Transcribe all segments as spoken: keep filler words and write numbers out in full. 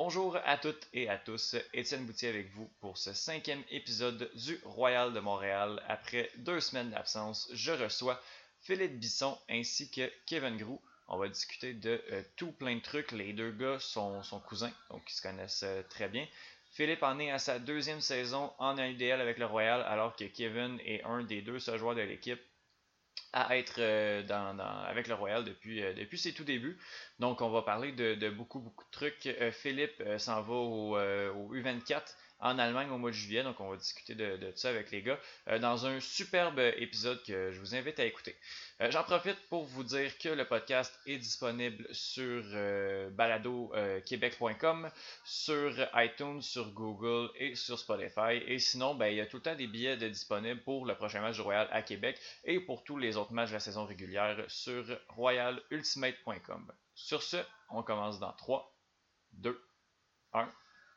Bonjour à toutes et à tous, Étienne Boutier avec vous pour ce cinquième épisode du Royal de Montréal. Après deux semaines d'absence, je reçois Philippe Bisson ainsi que Kevin Groux. On va discuter de euh, tout plein de trucs. Les deux gars sont, sont cousins, donc ils se connaissent euh, très bien. Philippe en est à sa deuxième saison en I D L avec le Royal, alors que Kevin est un des deux seuls joueurs de l'équipe à être euh, dans, dans, avec le Royal depuis, euh, depuis ses tout débuts. Donc, on va parler de, de beaucoup, beaucoup de trucs. Euh, Philippe euh, s'en va au, euh, au U vingt-quatre en Allemagne au mois de juillet. Donc, on va discuter de, de ça avec les gars euh, dans un superbe épisode que je vous invite à écouter. Euh, j'en profite pour vous dire que le podcast est disponible sur euh, balado québec point com, sur iTunes, sur Google et sur Spotify. Et sinon, ben, il y a tout le temps des billets de disponibles pour le prochain match du Royal à Québec et pour tous les autres matchs de la saison régulière sur royal ultimate point com. Sur ce, on commence dans trois, deux, un.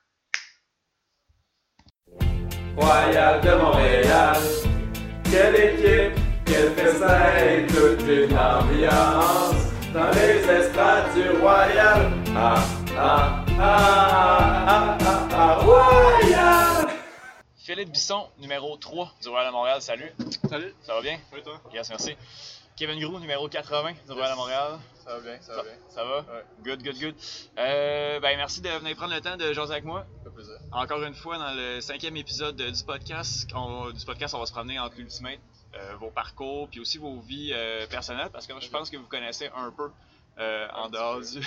Royal de Montréal, quelle équipe, quel festin, toute une ambiance dans les estrades du Royal. Ah, ah, ah, ah, ah, ah, Royal! Philippe Bisson, numéro trois du Royal de Montréal, salut. Salut. Ça va bien? Oui, toi? Yes, merci. Kevin Groux, numéro quatre-vingts du Royal de Montréal. Ça va bien, ça va bien. Ça va? Ouais. Good, good, good. Euh, ben, merci de venir prendre le temps de jaser avec moi. Ça fait plaisir. Encore une fois, dans le cinquième épisode du podcast, on, du podcast, on va se promener entre l'Ultimate, euh, vos parcours, puis aussi vos vies euh, personnelles, parce que je pense que vous connaissez un peu euh, en dehors du,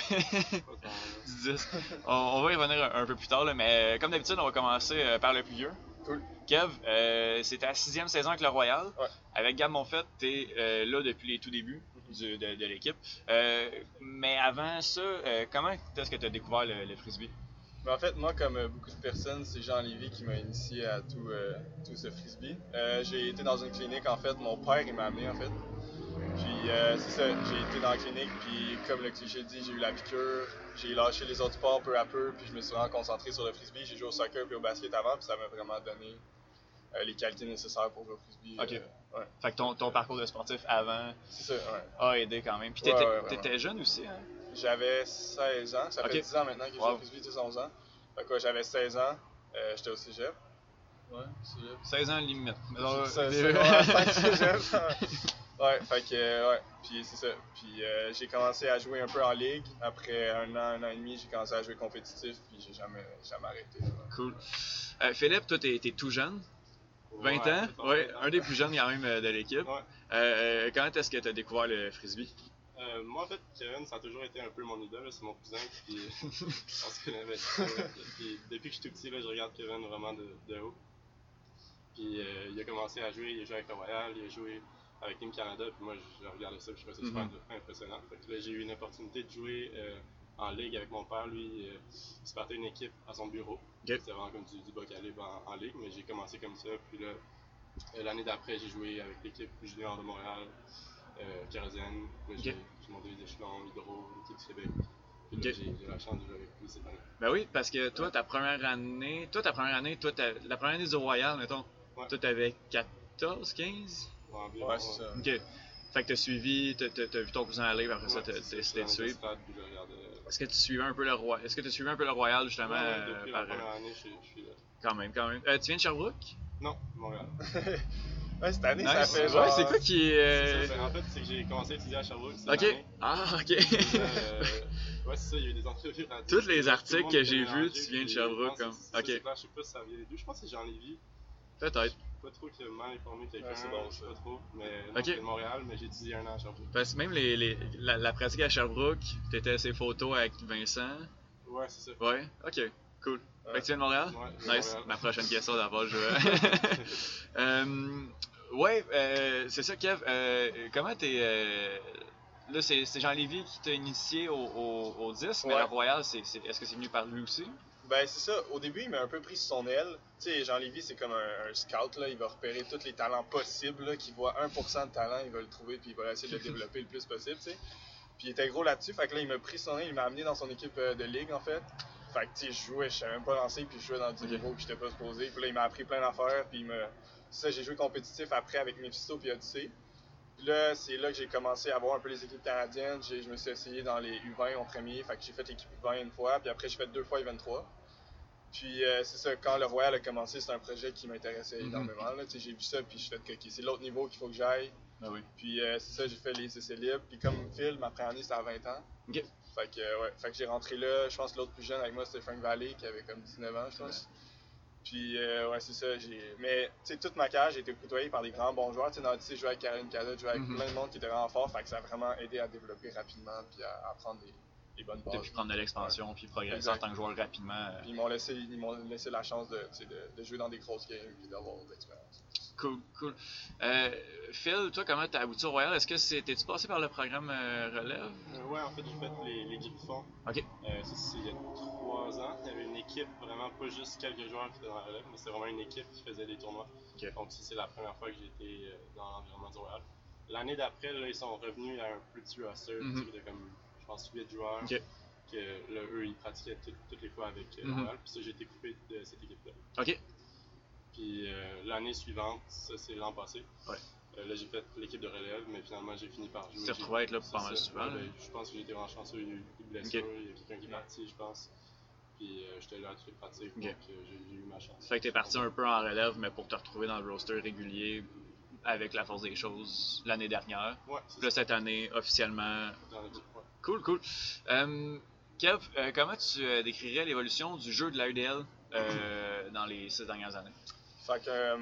du disque. On, on va y revenir un, un peu plus tard, là, mais comme d'habitude, on va commencer euh, par le plus vieux. Cool. Kev, euh, c'est ta sixième saison avec le Royal. Ouais. Avec Gab Monfette, t'es euh, là depuis les tout débuts du, de, de l'équipe. Euh, mais avant ça, euh, comment est-ce que tu as découvert le, le frisbee? Mais en fait, moi, comme euh, beaucoup de personnes, c'est Jean Lévy qui m'a initié à tout, euh, tout ce frisbee. Euh, j'ai été dans une clinique, en fait, mon père il m'a amené, en fait. Puis euh, c'est ça, j'ai été dans la clinique, puis comme le cliché dit, j'ai eu la piqûre, j'ai lâché les autres sports peu à peu, puis je me suis vraiment concentré sur le frisbee. J'ai joué au soccer puis au basket avant, puis ça m'a vraiment donné euh, les qualités nécessaires pour jouer au frisbee. Ok. Euh, ouais. Fait que ton, ton parcours de sportif avant C'est ça, ouais. a aidé quand même. Puis Ouais, t'étais, ouais, vraiment. t'étais jeune aussi, hein? J'avais seize ans, ça fait Ok. dix ans maintenant que je joue Wow. au frisbee, dix onze ans. Fait que ouais, j'avais seize ans, euh, j'étais au cégep. Ouais, cégep. seize ans limite. J'ai dit ça, ça, ouais, cinq cégep. Ouais, fait que, euh, ouais, puis c'est ça. Puis euh, j'ai commencé à jouer un peu en ligue. Après un an, un an et demi, j'ai commencé à jouer compétitif, puis j'ai jamais, jamais arrêté. Ouais. Cool. Euh, Philippe, toi, t'es, t'es tout jeune. vingt ans? Oui, un des plus jeunes quand même euh, de l'équipe. Ouais. Euh, quand est-ce que tu as découvert le frisbee? Euh, moi, en fait, Kevin, ça a toujours été un peu mon idole, là, c'est mon cousin, puis on se connaît avec ça. Puis depuis que je suis tout petit, là, je regarde Kevin vraiment de, de haut. Puis euh, il a commencé à jouer, il a joué avec le Royal, il a joué avec Team Canada, puis moi, je regardais ça, puis je trouvais ça super Mm-hmm. impressionnant. Fait que là, j'ai eu une opportunité de jouer euh, en ligue avec mon père, lui, euh, il se partait une équipe à son bureau. Okay. C'était vraiment comme du, du bas calibre en, en ligue, mais j'ai commencé comme ça, puis là, euh, l'année d'après, j'ai joué avec l'équipe junior de Montréal. Euh, Canadienne, là, j'ai, Okay. j'ai monté les échelons, Hydro, l'équipe du Québec. Puis là, Okay. j'ai, j'ai la chance de jouer avec lui cette année. Ben oui, parce que toi, ta première année, toi, ta première année, toi, ta- la première année du Royal, mettons, Ouais. toi, t'avais quatorze, quinze? Ouais, environ, Ouais, c'est ça. Ok. Fait que t'as suivi, t'as, t'as, t'as vu ton cousin aller, puis après ça, Ouais, t'as, c'est t'as ça, décidé de j'étais dans le suivre. stade, puis je regardais. Est-ce que tu suivais un peu le Royal, est-ce que tu suivais un peu le Royal, justement, Ouais, ouais, euh, depuis par, la première année, je suis, je suis là. quand même, quand même. Euh, tu viens de Sherbrooke? Non, Montréal. Ouais, cette année, Nice. ça fait Ouais, genre. c'est quoi qui est... euh, C'est ça, ben, en fait, c'est que j'ai commencé à étudier à Sherbrooke cette Ok. année. Ah, ok. Puis là, euh, ouais, c'est ça, il y a eu des entrevues radio. Tous les Tout le articles monde que était j'ai vus, mélangé, tu viens de puis Sherbrooke, je pense que comme- c'est- ok. c'est clair, je sais pas si ça vient d'où, je pense que c'est Jean Lévy. Peut-être. Pas trop qu'il a mal informé quelqu'un, Ouais, c'est bon, je sais ça. pas trop. Mais non, Ok. c'est de Montréal, mais j'ai étudié un an à Sherbrooke. Parce que même les, les, la, la pratique à Sherbrooke, t'étais à ses photos avec Vincent. Ouais, c'est ça. Ouais, ok, cool. Ouais. Fait que tu viens de Montréal? Ouais, je viens de Nice. Montréal. Ma prochaine question d'abord, je euh, Ouais, euh, c'est ça, Kev. Euh, comment t'es. Euh... Là, c'est, c'est Jean Lévy qui t'a initié au, au, au disque, mais Ouais. le Royal, c'est, c'est, est-ce que c'est venu par lui aussi? Ben, c'est ça. Au début, il m'a un peu pris sur son aile. Tu sais, Jean Lévy, c'est comme un, un scout, là. Il va repérer tous les talents possibles, là. Qu'il voit un pour cent de talent, il va le trouver, puis il va essayer de le développer le plus possible, tu sais. Puis il était gros là-dessus. Fait que là, il m'a pris sur son aile, il m'a amené dans son équipe euh, de ligue, en fait. Fait que, tu sais, je jouais, je savais même pas lancer, puis je jouais dans du Ok. niveau que j'étais pas supposé. Puis là, il m'a appris plein d'affaires, puis il m'a. Ça, j'ai joué compétitif après avec Mephisto puis Odyssey. Puis là, c'est là que j'ai commencé à voir un peu les équipes canadiennes. J'ai, je me suis essayé dans les U vingt en premier, fait que j'ai fait l'équipe U vingt une fois, puis après j'ai fait deux fois U vingt-trois. Puis euh, c'est ça, quand le Royal a commencé, c'est un projet qui m'intéressait mm-hmm. énormément. Là. J'ai vu ça, puis je fait que okay, c'est l'autre niveau qu'il faut que j'aille. Ah oui. Puis euh, c'est ça, j'ai fait les essais libres. Puis comme Phil, ma première année, c'était à vingt ans. Okay. Fait que, euh, ouais, fait que j'ai rentré là. Je pense que l'autre plus jeune avec moi, c'était Frank Valley, qui avait comme dix-neuf ans, je pense. Ouais. Puis euh, ouais, c'est ça. J'ai... Mais tu sais, toute ma carrière, j'ai été côtoyé par des grands bons joueurs. Tu sais, dans je jouais avec Caroline Cada, je jouais avec mm-hmm. plein de monde qui était vraiment fort. Fait que ça a vraiment aidé à développer rapidement, puis à, à prendre des. Les bonnes bases. Puis prendre de l'expansion, ouais. Puis progresser exact. En tant que joueur rapidement. Euh... Puis ils m'ont laissé, ils m'ont laissé la chance de, de, de jouer dans des grosses games et d'avoir de l'expérience. Cool, cool. Euh, Phil, toi, comment t'as abouti au Royal? Est-ce que c'est, t'es-tu passé par le programme euh, Relève? Euh, ouais, en fait, j'ai fait les, les Griffons. Ok. Euh, ça, c'est il y a trois ans. Il y avait une équipe, vraiment pas juste quelques joueurs qui étaient dans la Relève, mais c'était vraiment une équipe qui faisait des tournois. Okay. Donc, ça, c'est la première fois que j'ai été dans l'environnement du Royal. L'année d'après, là, ils sont revenus à un plus petit roster, mm-hmm. de comme, je pense, huit joueurs. Okay. Que là, eux, ils pratiquaient tout, toutes les fois avec euh, mm-hmm. Royal. Puis ça, j'ai été coupé de cette équipe-là. OK. Puis euh, l'année suivante, ça, c'est l'an passé. Ouais. Euh, là, j'ai fait l'équipe de relève, mais finalement, j'ai fini par jouer. Tu t'es retrouvé être là pas mal souvent. Ouais, ben, je pense que j'ai été vraiment chanceux. Il y a eu des blessures, okay. Il y a quelqu'un qui est parti, je pense. Puis euh, j'étais là à toutes les pratiques, okay. Donc euh, j'ai, j'ai eu ma chance. Fait que t'es parti un peu en relève, mais pour te retrouver dans le roster régulier avec la force des choses l'année dernière. Ouais. Puis là, cette année, officiellement. Dans l'équipe, ouais. Cool, cool. Um, Kev, euh, comment tu euh, décrirais l'évolution du jeu de l'A U D L euh, dans les six dernières années? Fait que, euh,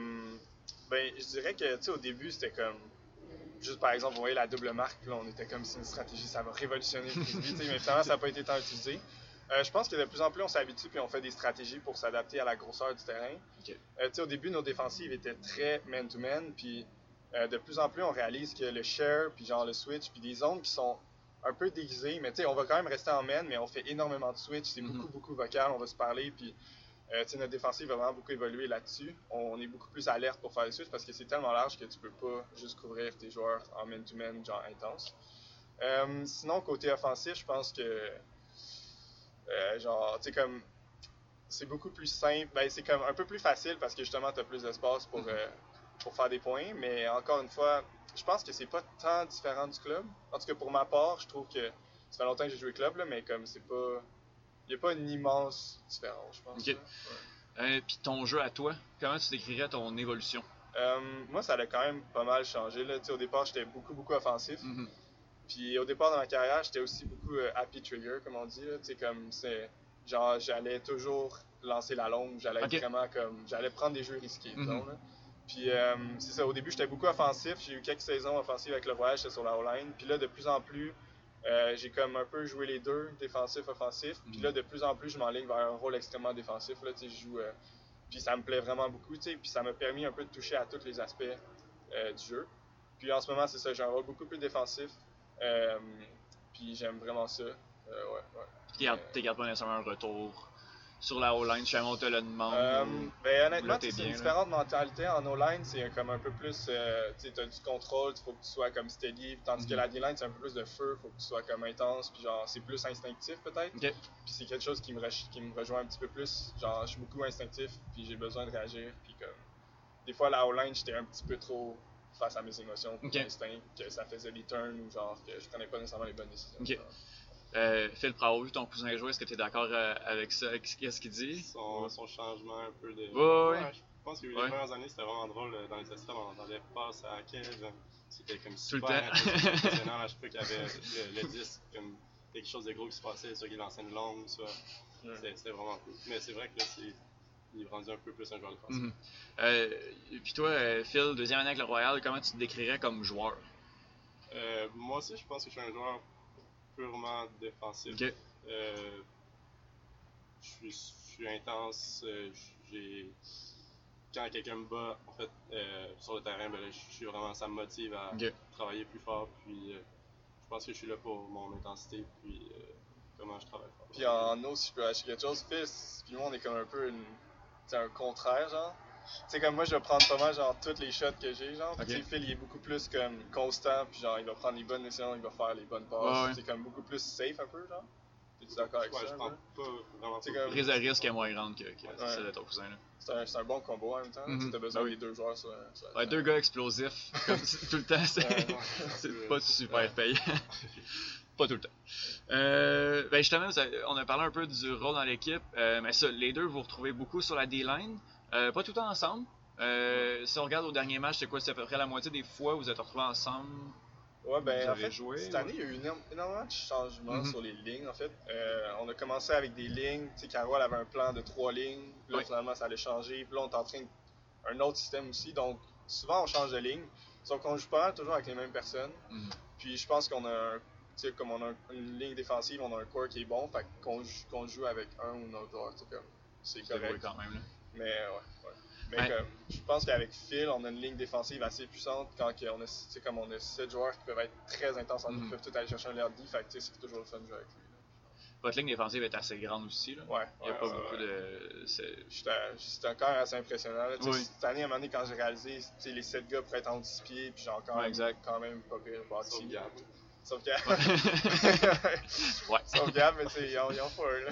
ben, je dirais que, tu sais, au début, c'était comme, juste par exemple, vous voyez la double marque, là, on était comme, c'est une stratégie, ça va révolutionner le frisbee, tu sais, mais finalement, ça n'a pas été tant utilisé. Euh, je pense que de plus en plus, on s'habitue puis on fait des stratégies pour s'adapter à la grosseur du terrain. Okay. Euh, tu sais, au début, nos défensives étaient très man-to-man, puis euh, de plus en plus, on réalise que le share, puis genre le switch, puis des zones qui sont un peu déguisé, mais tu sais, on va quand même rester en man, mais on fait énormément de switch, c'est mm-hmm. beaucoup, beaucoup vocal, on va se parler, puis euh, tu sais, notre défensive va vraiment beaucoup évoluer là-dessus. On, on est beaucoup plus alerte pour faire les switch parce que c'est tellement large que tu peux pas juste couvrir tes joueurs en man-to-man, genre intense. Euh, sinon, côté offensif, je pense que, euh, genre, tu sais, comme, c'est beaucoup plus simple, ben, c'est comme un peu plus facile parce que justement, tu as plus d'espace pour, euh, pour faire des points, mais encore une fois, je pense que c'est pas tant différent du club. En tout cas, pour ma part, je trouve que ça fait longtemps que j'ai joué club, là, mais comme c'est pas. Il n'y a pas une immense différence, je pense. Ok. Ouais. Euh, Puis ton jeu à toi, comment tu décrirais ton évolution? Euh, moi, ça a quand même pas mal changé. Là. Au départ, j'étais beaucoup, beaucoup offensif. Mm-hmm. Puis au départ de ma carrière, j'étais aussi beaucoup euh, happy trigger, comme on dit. Là. Comme c'est. Genre, j'allais toujours lancer la longue, j'allais okay. vraiment comme. J'allais prendre des jeux risqués, mm-hmm. disons. Là. Puis euh, c'est ça, au début j'étais beaucoup offensif, j'ai eu quelques saisons offensives avec le Royal, j'étais sur la O-line. Puis là de plus en plus, euh, j'ai comme un peu joué les deux, défensif, offensif. Mm-hmm. Puis là de plus en plus je m'enligne vers un rôle extrêmement défensif, là, tu sais, je joue, euh, puis ça me plaît vraiment beaucoup, tu sais, puis ça m'a permis un peu de toucher à tous les aspects euh, du jeu. Puis en ce moment c'est ça, j'ai un rôle beaucoup plus défensif, euh, puis j'aime vraiment ça, euh, ouais, ouais. Et t'es gardes pas nécessairement un retour sur la O-line, si jamais on te le demande? Euh, ben honnêtement, c'est bien, une différente mentalité. En O-line, c'est comme un peu plus, euh, tu sais, as du contrôle, il faut que tu sois comme steady, tandis mm-hmm. que la D-line, c'est un peu plus de feu, il faut que tu sois comme intense, puis genre, c'est plus instinctif peut-être. Okay. Puis c'est quelque chose qui me, re- qui me rejoint un petit peu plus, genre, je suis beaucoup instinctif, puis j'ai besoin de réagir, puis comme, des fois, la O-line, j'étais un petit peu trop face à mes émotions, okay. instincts, que ça faisait des turns, ou genre, que je prenais pas nécessairement les bonnes décisions. Okay. Euh, Phil, pour avoir vu ton cousin jouer, est-ce que tu es d'accord euh, avec ça, avec ce qu'il dit? Son, son changement un peu de... Ouais, ouais. Ouais, je pense que les ouais. premières années, c'était vraiment drôle. Dans les assistantes, on entendait passe à Kev. C'était comme tout super impressionnant. À chaque fois qu'il y avait le, le disque, comme quelque chose de gros qui se passait, soit qu'il lançait une longue, soit... Ouais. C'était, c'était vraiment cool. Mais c'est vrai que là, c'est... il est rendu un peu plus un joueur défensif. Mm-hmm. Euh, puis toi, Phil, deuxième année avec le Royal, comment tu te décrirais comme joueur? Euh, moi aussi, je pense que je suis un joueur purement défensif. Okay. Euh, je, suis, je suis intense. Euh, j'ai... Quand quelqu'un me bat, en fait, euh, sur le terrain, ben là, je suis vraiment, ça me motive à okay. travailler plus fort. Puis, euh, je pense que je suis là pour mon intensité, puis euh, comment je travaille fort. Puis en eau, si je peux acheter quelque chose, Phil, puis moi, on est comme un peu une, un contraire, genre. Tu sais, comme moi, je vais prendre pas mal, genre, toutes les shots que j'ai, genre. Okay. Tu sais, Phil, il est beaucoup plus comme constant, puis genre, il va prendre les bonnes décisions, il va faire les bonnes passes. Ouais, ouais. C'est comme beaucoup plus safe, un peu, genre. T'es d'accord avec Ouais, ça? je un prends peu? pas vraiment C'est pas. comme- Prise de risque est moins grande que, que Ouais. celle de ton cousin. Là. C'est un, c'est un bon combo en même temps. Mhm. Tu as besoin Ben oui. des deux joueurs sur, sur la Ouais, deux gars explosifs, comme si- tout le temps, c'est, Ouais, ouais, c'est c'est- pas super ouais. payant. Pas tout le temps. Euh, ben justement, vous avez- on a parlé un peu du rôle dans l'équipe, euh, mais ça, les deux vous retrouvez beaucoup sur la D-line, euh, pas tout le temps ensemble. Euh, si on regarde au dernier match, c'est quoi? C'est à peu près la moitié des fois où vous êtes retrouvés ensemble. Ouais, ben Vous en avez fait, joué, cette ouais. année, il y a eu énorme- énormément de changements Mhm. sur les lignes, en fait. Euh, on a commencé avec des lignes, tu sais, Caro, elle avait un plan de trois lignes, puis là, Oui. finalement, ça allait changer, puis là, on est en train de... un autre système aussi, donc souvent, on change de ligne, sauf qu'on joue pas mal toujours avec les mêmes personnes, Mhm. puis je pense qu'on a, un- tu sais, comme on a une ligne défensive, on a un corps qui est bon, fait qu'on joue, qu'on joue avec un ou un autre joueur, tu sais, comme, c'est Vous dévouez correct. quand même. Là. Mais ouais, ouais. Mais Ouais. comme, je pense qu'avec Phil, on a une ligne défensive assez puissante quand que on a, tu sais, comme on a sept joueurs qui peuvent être très intenses en Mhm. ils peuvent tous aller chercher un L R D, fait que tu sais, c'est toujours le fun de jouer avec lui. Votre ligne défensive est assez grande aussi. Là. Là. Ouais, Il n'y a ouais, pas ouais, beaucoup ouais. de. c'est- J'étais C'était encore assez impressionnant. Là, tu sais, Oui. Cette année, à un moment donné, quand j'ai réalisé, tu sais, les sept gars pourraient être en dix pieds, puis j'ai encore Ouais, exact. quand même pas pire bâti. Sauf Gab. Sauf Gab. Ouais. Sauf Gab, mais tu sais, ils en ils en font un. Là.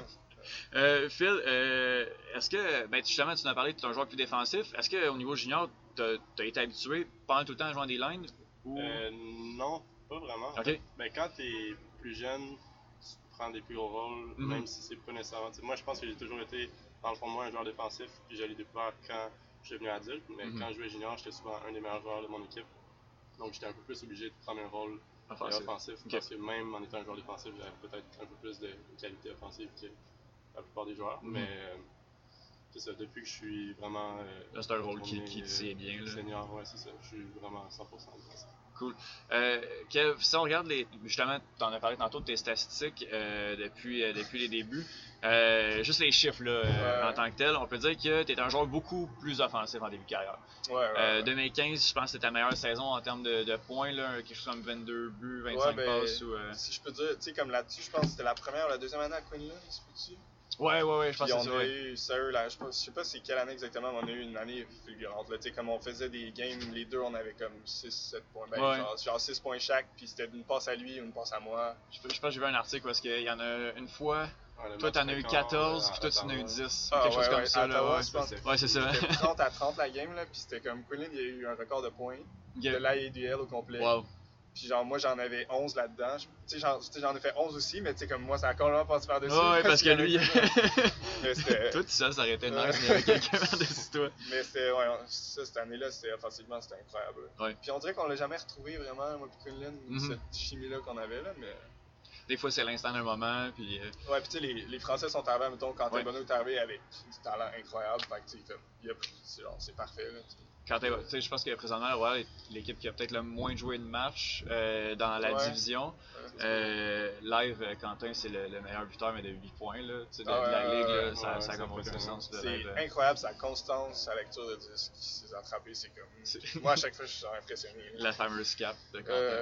Euh, Phil, euh, est-ce que, ben justement, tu nous as parlé que tu es un joueur plus défensif. Est-ce qu'au niveau junior, tu as été habitué pendant tout le temps à jouer en des lines ou... Euh, non, pas vraiment. Ok. Ben, quand t'es plus jeune, tu prends des plus gros rôles, Mhm. même si c'est pas nécessairement. T'sais, moi, je pense que j'ai toujours été, dans le fond de moi, un joueur défensif, puis je l'ai découvert quand je suis devenu adulte. Mais Mhm. quand je jouais junior, j'étais souvent un des meilleurs joueurs de mon équipe. Donc, j'étais un peu plus obligé de prendre un rôle euh, offensif? offensif, Ok. parce que même en étant un joueur défensif, j'avais peut-être un peu plus de qualité offensive que la plupart des joueurs. Mhm. Mais euh, c'est ça, depuis que je suis vraiment. euh, Là, c'est un rôle qui, retourné, qui te euh, sied bien. Là. Senior, ouais, c'est ça. Je suis vraiment cent pour cent défensif. Cool. Euh, Kev, si on regarde les. Justement, tu en as parlé tantôt de tes statistiques euh, depuis, euh, depuis les débuts. Euh, juste les chiffres là, euh, Ouais. en tant que tel, on peut dire que tu es un joueur beaucoup plus offensif en début de carrière. Ouais, ouais. Euh, ouais. deux mille quinze, je pense que c'était ta meilleure saison en termes de, de points, là, quelque chose comme vingt-deux buts, vingt-cinq Ouais, ben, passes. Ou, euh... Si je peux dire, tu sais, comme là-dessus, je pense que c'était la première ou la deuxième année à Quinlan, si tu peux Ouais, ouais, ouais, je pense Puis que c'est on ça. a Ouais. eu, sérieux, là, je sais pas, je sais pas c'est quelle année exactement, mais on a eu une année fulgurante. Là, tu sais, comme on faisait des games, les deux, on avait comme six sept points. Ben, Ouais. genre, genre six points chaque, puis c'était une passe à lui ou une passe à moi. Je, je pense que j'ai vu un article parce qu'il y en a une fois, Ouais, le toi match t'en as eu record, quatorze, euh, puis toi à tu en as eu Ottawa. dix. Ah, quelque chose ouais, comme ouais, ça. à Là, Ottawa, ouais. je pense. Ouais, c'est ça. C'était trente à trente la game, là, puis c'était comme Quinlan, il y a eu un record de points de Yeah. l'A A D L au complet. Wow. Puis genre, moi j'en avais onze là-dedans. Je- Tu sais, j'en- tu sais, j'en ai fait onze aussi, mais tu sais, comme moi, ça a complètement passé par-dessus. Ouais, ouais, parce que qu'il y lui. avait- Mais c'était. Toi, tout seul, ça aurait été Ouais. nice, mais il y avait quelqu'un par-dessus toi. Mais c'était, ouais, ça, cette année-là, c'était offensivement, c'était incroyable. Ouais. Puis on dirait qu'on l'a jamais retrouvé vraiment, moi et Quinlan, Mhm. cette chimie-là qu'on avait là, mais. Des fois, c'est l'instant d'un moment, puis. euh, Ouais, puis tu sais, les, les Français sont arrivés, mettons, quand Ouais. Bono est arrivé avec du talent incroyable, fait que tu sais, comme, il a pris, c'est genre, c'est parfait là. tu sais. Quand t'es- tu sais, je pense que présentement, le Royal est l'équipe qui a peut-être le moins joué de matchs euh, dans la Ouais. division. Ouais. Euh, live, euh, Quentin, c'est le, le meilleur buteur, mais de huit points. Là, tu sais, de, Ah de la ouais, ligue, ouais, là, ouais, ça, ouais, ça a c'est comme aucun impressionnant. sens. de C'est live. incroyable sa constance, sa lecture de disque, ses attrapés, c'est comme. C'est- Moi, à chaque fois, je suis genre impressionné. là. La fameuse cap de Quentin. Euh,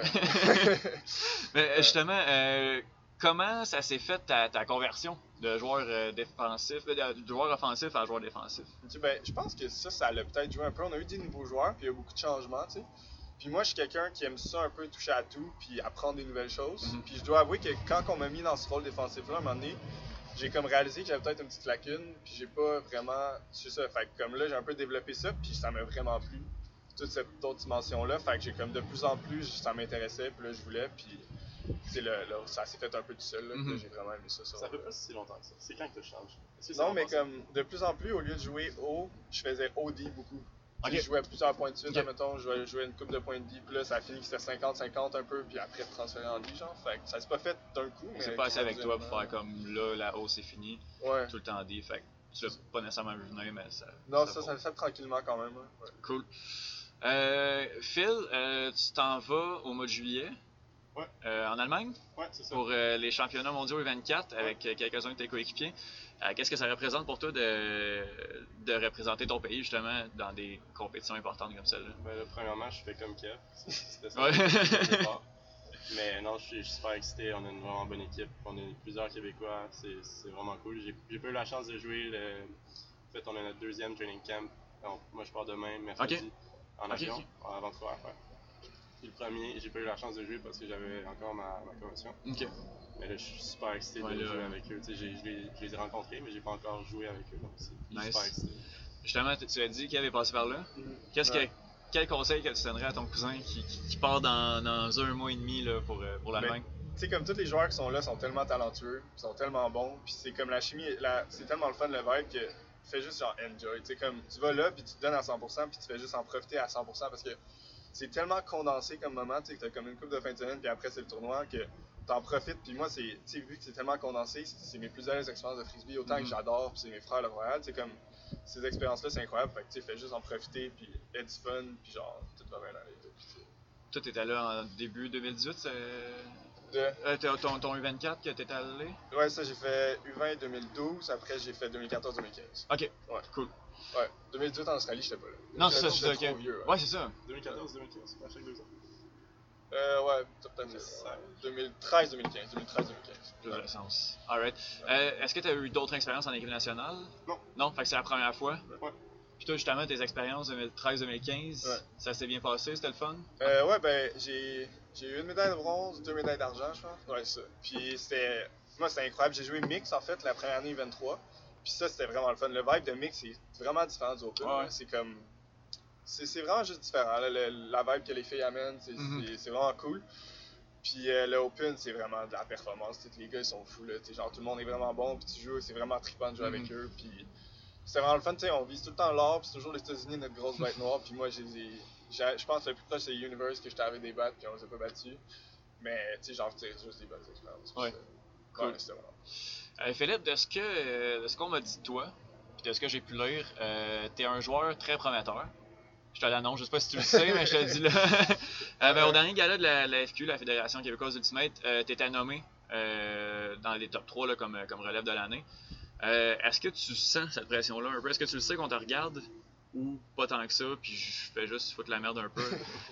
Mais euh, justement, euh, comment ça s'est fait ta, ta conversion de joueur euh, défensif, euh, de joueur offensif à joueur défensif? Tu sais, ben, je pense que ça, ça l'a peut-être joué un peu. On a eu des nouveaux joueurs, puis il y a beaucoup de changements, tu sais. Puis moi, je suis quelqu'un qui aime ça un peu toucher à tout, puis apprendre des nouvelles choses. Mhm. Puis je dois avouer que quand on m'a mis dans ce rôle défensif-là, à un moment donné, j'ai comme réalisé que j'avais peut-être une petite lacune, puis j'ai pas vraiment. C'est ça. Fait que comme là, j'ai un peu développé ça, puis ça m'a vraiment plu. Toute cette autre dimension-là. Fait que j'ai comme de plus en plus, ça m'intéressait, puis là, je voulais, puis. Tu sais, le, le- ça s'est fait un peu tout seul, là, puis là, Mhm. j'ai vraiment aimé ça. ça Ça fait pas si longtemps que ça. C'est quand que tu changes? Est-ce que ça Non, va mais passer? comme de plus en plus, au lieu de jouer haut, je faisais O D beaucoup. Ok. Je jouais plusieurs points de suite, Ok. admettons, je jouais, je jouais une coupe de points de D, puis là ça a fini que c'était cinquante cinquante un peu, puis après transférer en D, genre. Fait que ça s'est pas fait d'un coup, mais. C'est pas assez avec toi pour graduellement. faire comme là, la hausse est finie, Ouais. tout le temps dit. Fait que tu l'as pas nécessairement vu venir, mais ça. Non, ça ça, va. ça le fait tranquillement quand même. hein. Ouais. Cool. Euh, Phil, euh, tu t'en vas au mois de juillet. Ouais. Euh, en Allemagne Ouais, c'est ça. pour euh, les championnats mondiaux U vingt-quatre avec euh, quelques-uns de tes coéquipiers. Euh, Qu'est-ce que ça représente pour toi de, de représenter ton pays justement dans des compétitions importantes comme celle-là? Ben, le premier match, je fais comme Kev. C'était ça. Ouais. le départ. Mais non, je suis, je suis super excité. On a une vraiment bonne équipe. On a plusieurs Québécois. C'est c'est vraiment cool. J'ai j'ai pas eu la chance de jouer. Le... En fait, on a notre deuxième training camp. Donc, moi, je pars demain, mercredi, Ok. en Ok, avion, ok. à Vancouver. Ouais. Puis le premier, j'ai pas eu la chance de jouer parce que j'avais encore ma, ma commotion. Ok. Mais là, je suis super excité Ouais, de là, jouer euh, avec eux. Tu sais, j'ai- je les, je les ai rencontrés, mais j'ai pas encore joué avec eux, donc c'est je suis Nice. super excité. Justement, tu tu as dit qu'il avait passé par là. Qu'est-ce Ouais. que, quel conseil que tu donnerais à ton cousin qui, qui, qui part dans, dans un mois et demi là, pour, euh, pour l'Allemagne? Tu sais, comme tous les joueurs qui sont là sont tellement talentueux, ils sont tellement bons, puis c'est comme la chimie, la, c'est tellement le fun le vibe que tu fais juste genre enjoy. Tu sais, comme tu vas là, puis tu te donnes à cent pour cent, puis tu fais juste en profiter à cent pour cent parce que c'est tellement condensé comme moment, tu sais, que t'as comme une coupe de fin de semaine, puis après c'est le tournoi, que t'en profites. Puis moi, c'est, tu sais, vu que c'est tellement condensé, c'est, c'est mes plus belles expériences de frisbee, autant Mhm. que j'adore, puis c'est mes frères le Royal, tu sais, comme ces expériences-là, c'est incroyable. Fait que tu sais, fais juste en profiter, puis être du fun, puis genre, tout va bien aller. Puis, tu sais. Toi, t'étais là en début deux mille dix-huit, c'est... De- Euh, t'as- ton, ton U vingt-quatre que t'étais allé? Ouais, ça, j'ai fait U vingt deux mille douze, après j'ai fait deux mille quatorze deux mille quinze. Ok, Ouais. cool. Ouais, deux mille dix-huit en Australie, j'étais pas là. Non, c'est ça, J'étais c'est ça, trop ok. vieux, ouais. Ouais, c'est ça. deux mille quatorze deux mille quinze, c'est pas à chaque deux ans. Euh, ouais, peut-être deux mille seize. deux mille treize deux mille quinze. deux mille treize deux mille quinze. Plus de sens. Alright. Euh, est-ce que tu as eu d'autres expériences en équipe nationale? Non. Non, fait que c'est la première fois. Ouais. Puis toi, justement, tes expériences deux mille treize deux mille quinze, Ouais. ça s'est bien passé, c'était le fun? Euh, ouais, ben, j'ai, j'ai eu une médaille de bronze, deux médailles d'argent, je pense. Ouais, c'est ça. Puis c'était, moi, c'était incroyable. J'ai joué mix, en fait, la première année vingt-trois. Puis ça, c'était vraiment le fun. Le vibe de mix, c'est vraiment différent du Open. Ouais. là. C'est comme, c'est, c'est vraiment juste différent. là. Le- la vibe que les filles amènent, c'est, Mhm. c'est, c'est vraiment cool. Puis euh, le Open, c'est vraiment de la performance. Tu sais, les gars, ils sont fous. Là. Tu sais, genre, tout le monde est vraiment bon. Puis tu joues, c'est vraiment trippant de jouer Mhm. avec eux. Puis c'est vraiment le fun. Tu sais, on vise tout le temps l'or. Puis c'est toujours les États-Unis, notre grosse bête noire. Puis moi, j'ai, j'ai- j'ai- je pense que le plus proche, c'est Universe que j'étais arrivé des battes. Puis on les a pas battus. Mais tu sais, genre, c'est juste des bonnes expériences. Puis Ouais. ça- Cool. Ouais, c'était vraiment. Euh, Philippe, de ce que euh, de ce qu'on m'a dit de toi, puis de ce que j'ai pu lire, euh, t'es un joueur très prometteur. Je te l'annonce, je sais pas si tu le sais, mais je te le dis là. Euh, ben, au dernier gala de la, la F Q, la Fédération québécoise Ultimate, euh, t'étais nommé euh, dans les top trois là, comme, comme relève de l'année. Euh, est-ce que tu sens cette pression-là un peu? Est-ce que tu le sais qu'on te regarde ou pas tant que ça, puis je fais juste foutre la merde un peu?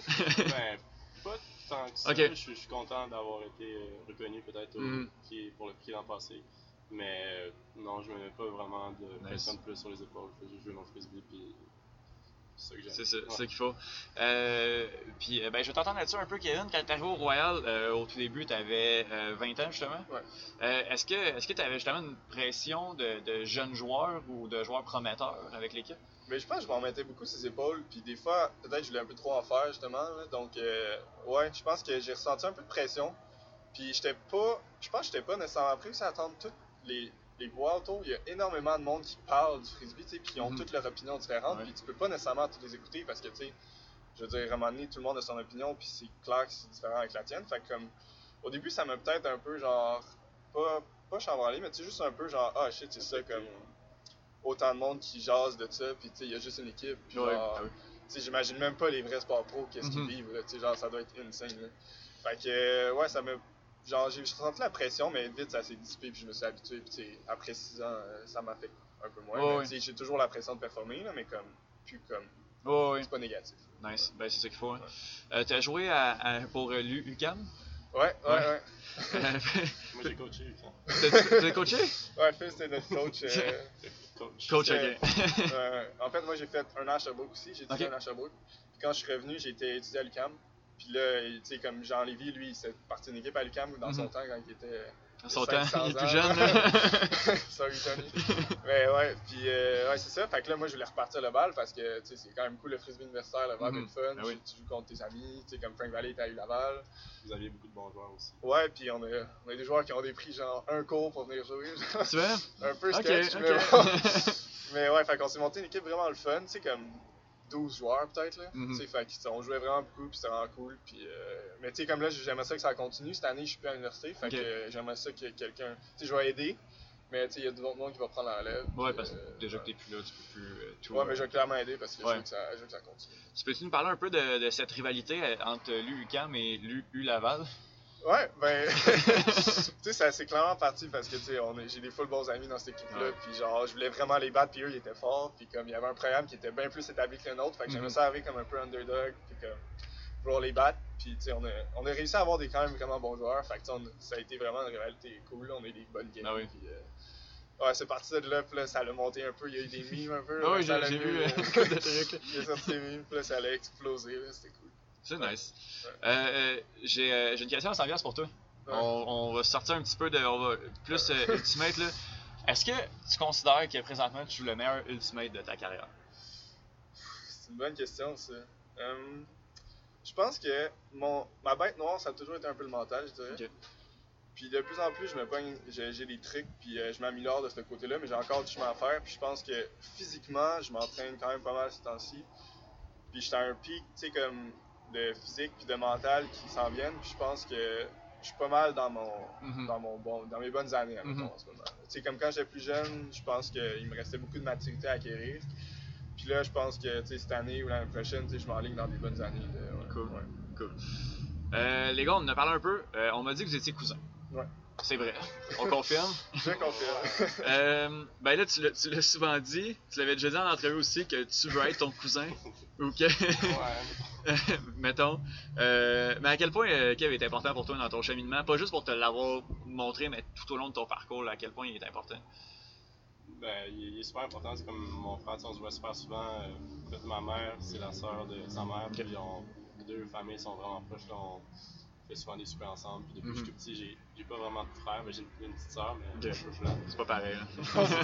Ben, pas tant que ça. Ok. Je, suis- je suis content d'avoir été euh, reconnu peut-être au Mhm. prix- pour le prix l'an passé. Mais euh, non, je me mets pas vraiment de pression de plus sur les épaules. Je fais juste jouer mon frisbee puis c'est ça que j'aime. C'est ça, Ouais. c'est ça qu'il faut. Euh, puis, euh, ben, je vais t'entendre là-dessus un peu, Kevin. Quand t'es arrivé au Royal, euh, au tout début, t'avais euh, vingt ans, justement. Ouais. Euh, est-ce que est-ce que t'avais justement une pression de, de jeunes joueurs ou de joueurs prometteurs avec l'équipe? Mais je pense que je m'en mettais beaucoup sur ses épaules, puis des fois, peut-être que je voulais un peu trop en faire, justement. là. Donc, euh, ouais, je pense que j'ai ressenti un peu de pression. Puis, j'étais pas, je pense que j'étais pas nécessairement prêt à attendre toutes les, les bois autour. Il y a énormément de monde qui parle du frisbee, tu sais, puis ils ont Mhm. toutes leurs opinions différentes. Ouais. Puis, tu peux pas nécessairement toutes les écouter parce que, tu sais, je veux dire, à un moment donné, tout le monde a son opinion, puis c'est clair que c'est différent avec la tienne. Fait que, comme, au début, ça m'a peut-être un peu, genre, pas, pas chambranlé, mais tu sais, juste un peu, genre, ah shit, c'est ça, comme. Autant de monde qui jase de ça, puis tu sais, il y a juste une équipe, puis Ouais, genre, ah oui. tu sais, j'imagine même pas les vrais sports pro, qu'est-ce qu'ils Mhm. vivent, là, tu sais, genre, ça doit être insane, là. Fait que, euh, ouais, ça me, genre, j'ai ressenti la pression, mais vite, ça s'est dissipé, puis je me suis habitué, puis tu sais, après six ans, euh, ça m'affecte un peu moins, Ouais, mais ouais. tu sais, j'ai toujours la pression de performer, là, mais comme, plus comme, Oh, oui, c'est pas négatif. nice. Ben, c'est ça qu'il faut. Hein. Euh, t'as joué à, à- pour euh, l'U- UQAM? Ouais, ouais, Ouais. ouais. Euh, Moi j'ai coaché, hein. T'as t'as coaché? Ouais, Phil, c'était notre coach. euh, Coach. Coach, C'était- ok. Euh, en fait, moi, j'ai fait un an à Sherbrooke aussi. J'ai étudié Ok. un an à Sherbrooke. Puis quand je suis revenu, j'ai été étudié à l'U Q A M. Puis là, tu sais, comme Jean Lévy, lui, il s'est parti d'une équipe à l'U Q A M dans son Mhm. temps, quand il était. En son cinq temps, cents il est ans. plus jeune. Là. Sorry, Johnny. Mais ouais, puis euh, ouais, c'est ça. Fait que là, moi, je voulais repartir le bal parce que, tu sais, c'est quand même cool le frisbee universitaire, le vibe Mhm. est le fun. Ah oui. Tu joues contre tes amis, tu sais, comme Frank Valley était à U-Laval. Vous aviez beaucoup de bons joueurs aussi. Ouais, puis on a, on a des joueurs qui ont des prix genre un cours pour venir jouer. genre. Tu vois? Un peu Ok, sketch, ok. mais bon. Mais ouais, fait qu'on s'est monté une équipe vraiment le fun, tu sais, comme douze joueurs peut-être, là. Mhm. Tu sais, fait qu'on jouait vraiment beaucoup, puis c'était vraiment cool. Puis, euh, mais tu sais, comme là, j'aimerais ça que ça continue. Cette année, je suis plus à l'université, fait Ok. que euh, j'aimerais ça que quelqu'un. Tu sais, je vais aider, mais tu sais, il y a d'autres monde qui va prendre la relève. Ouais, puis, parce que euh, déjà que ouais. t'es plus là, tu peux plus euh, tout. Ouais, mais euh, je vais clairement aider parce que Ouais. je, veux que ça, je veux que ça continue. Tu peux-tu nous parler un peu de, de cette rivalité euh, entre l'U Q A M et l'U Laval? Ouais, ben, tu sais, c'est assez clairement parti parce que, tu sais, on est- j'ai des full bons amis dans cette équipe-là, Ouais. puis genre, je voulais vraiment les battre, puis eux, ils étaient forts, puis comme il y avait un programme qui était bien plus établi que le nôtre, fait que j'aimais Mhm. ça arriver comme un peu underdog, puis comme, vouloir les battre, puis tu sais, on a, on a réussi à avoir des quand même vraiment bons joueurs, fait que tu sais, on- ça a été vraiment une rivalité cool, on a eu des bonnes games, Ah oui. puis euh, ouais, c'est parti de là, puis là, ça l'a monté un peu, il y a eu des memes un peu, Ah là, oui, ça j'ai l'a j'ai mis, vu euh, euh, une couple de trucs. là. il a sorti des memes, puis là, ça allait exploser, là, c'était cool. C'est Ouais. nice. Euh, euh, j'ai euh, j'ai une question à Sanvias pour toi. On, on va sortir un petit peu de. On va plus euh, Ultimate là. Est-ce que tu considères que présentement tu joues le meilleur Ultimate de ta carrière? C'est une bonne question, ça. Um, je pense que mon, ma bête noire, ça a toujours été un peu le mental, je dirais. Okay. Puis de plus en plus, je me pogne, j'ai, j'ai des trucs, puis euh, je m'améliore de ce côté-là, mais j'ai encore du chemin à faire. Puis je pense que physiquement, je m'entraîne quand même pas mal ces temps-ci. Puis j'étais à un pic, tu sais, comme de physique puis de mental qui s'en viennent. Puis je pense que je suis pas mal dans mon, mm-hmm. dans mon bon, dans mes bonnes années, admettons, mm-hmm. en ce moment. Tu sais, comme quand j'étais plus jeune, je pense qu'il me restait beaucoup de maturité à acquérir. Puis là, je pense que tu sais, cette année ou l'année prochaine, tu sais, je m'enligne dans des bonnes années. De, ouais, cool. Ouais. Cool. Euh, les gars, on en a parlé un peu. Euh, on m'a dit que vous étiez cousins. Ouais. C'est vrai. On confirme? Je confirme. euh, ben là, tu l'as, tu l'as souvent dit. Tu l'avais déjà dit en entrevue aussi que tu veux être ton cousin. Ou que. Ouais. Mettons. Euh, mais à quel point euh, Kev est important pour toi dans ton cheminement? Pas juste pour te l'avoir montré, mais tout au long de ton parcours, là, à quel point il est important? Ben, il est super important. C'est comme mon frère, on se voit super souvent. Euh, en fait, ma mère, c'est la sœur de sa mère. Okay. Puis on, les deux familles sont vraiment proches. Là, on fait souvent des soupers ensemble. Puis depuis mm-hmm. que je suis tout petit, j'ai, j'ai pas vraiment de frère, mais j'ai une, une petite sœur, mais okay. un peu plate. C'est pas pareil. Hein?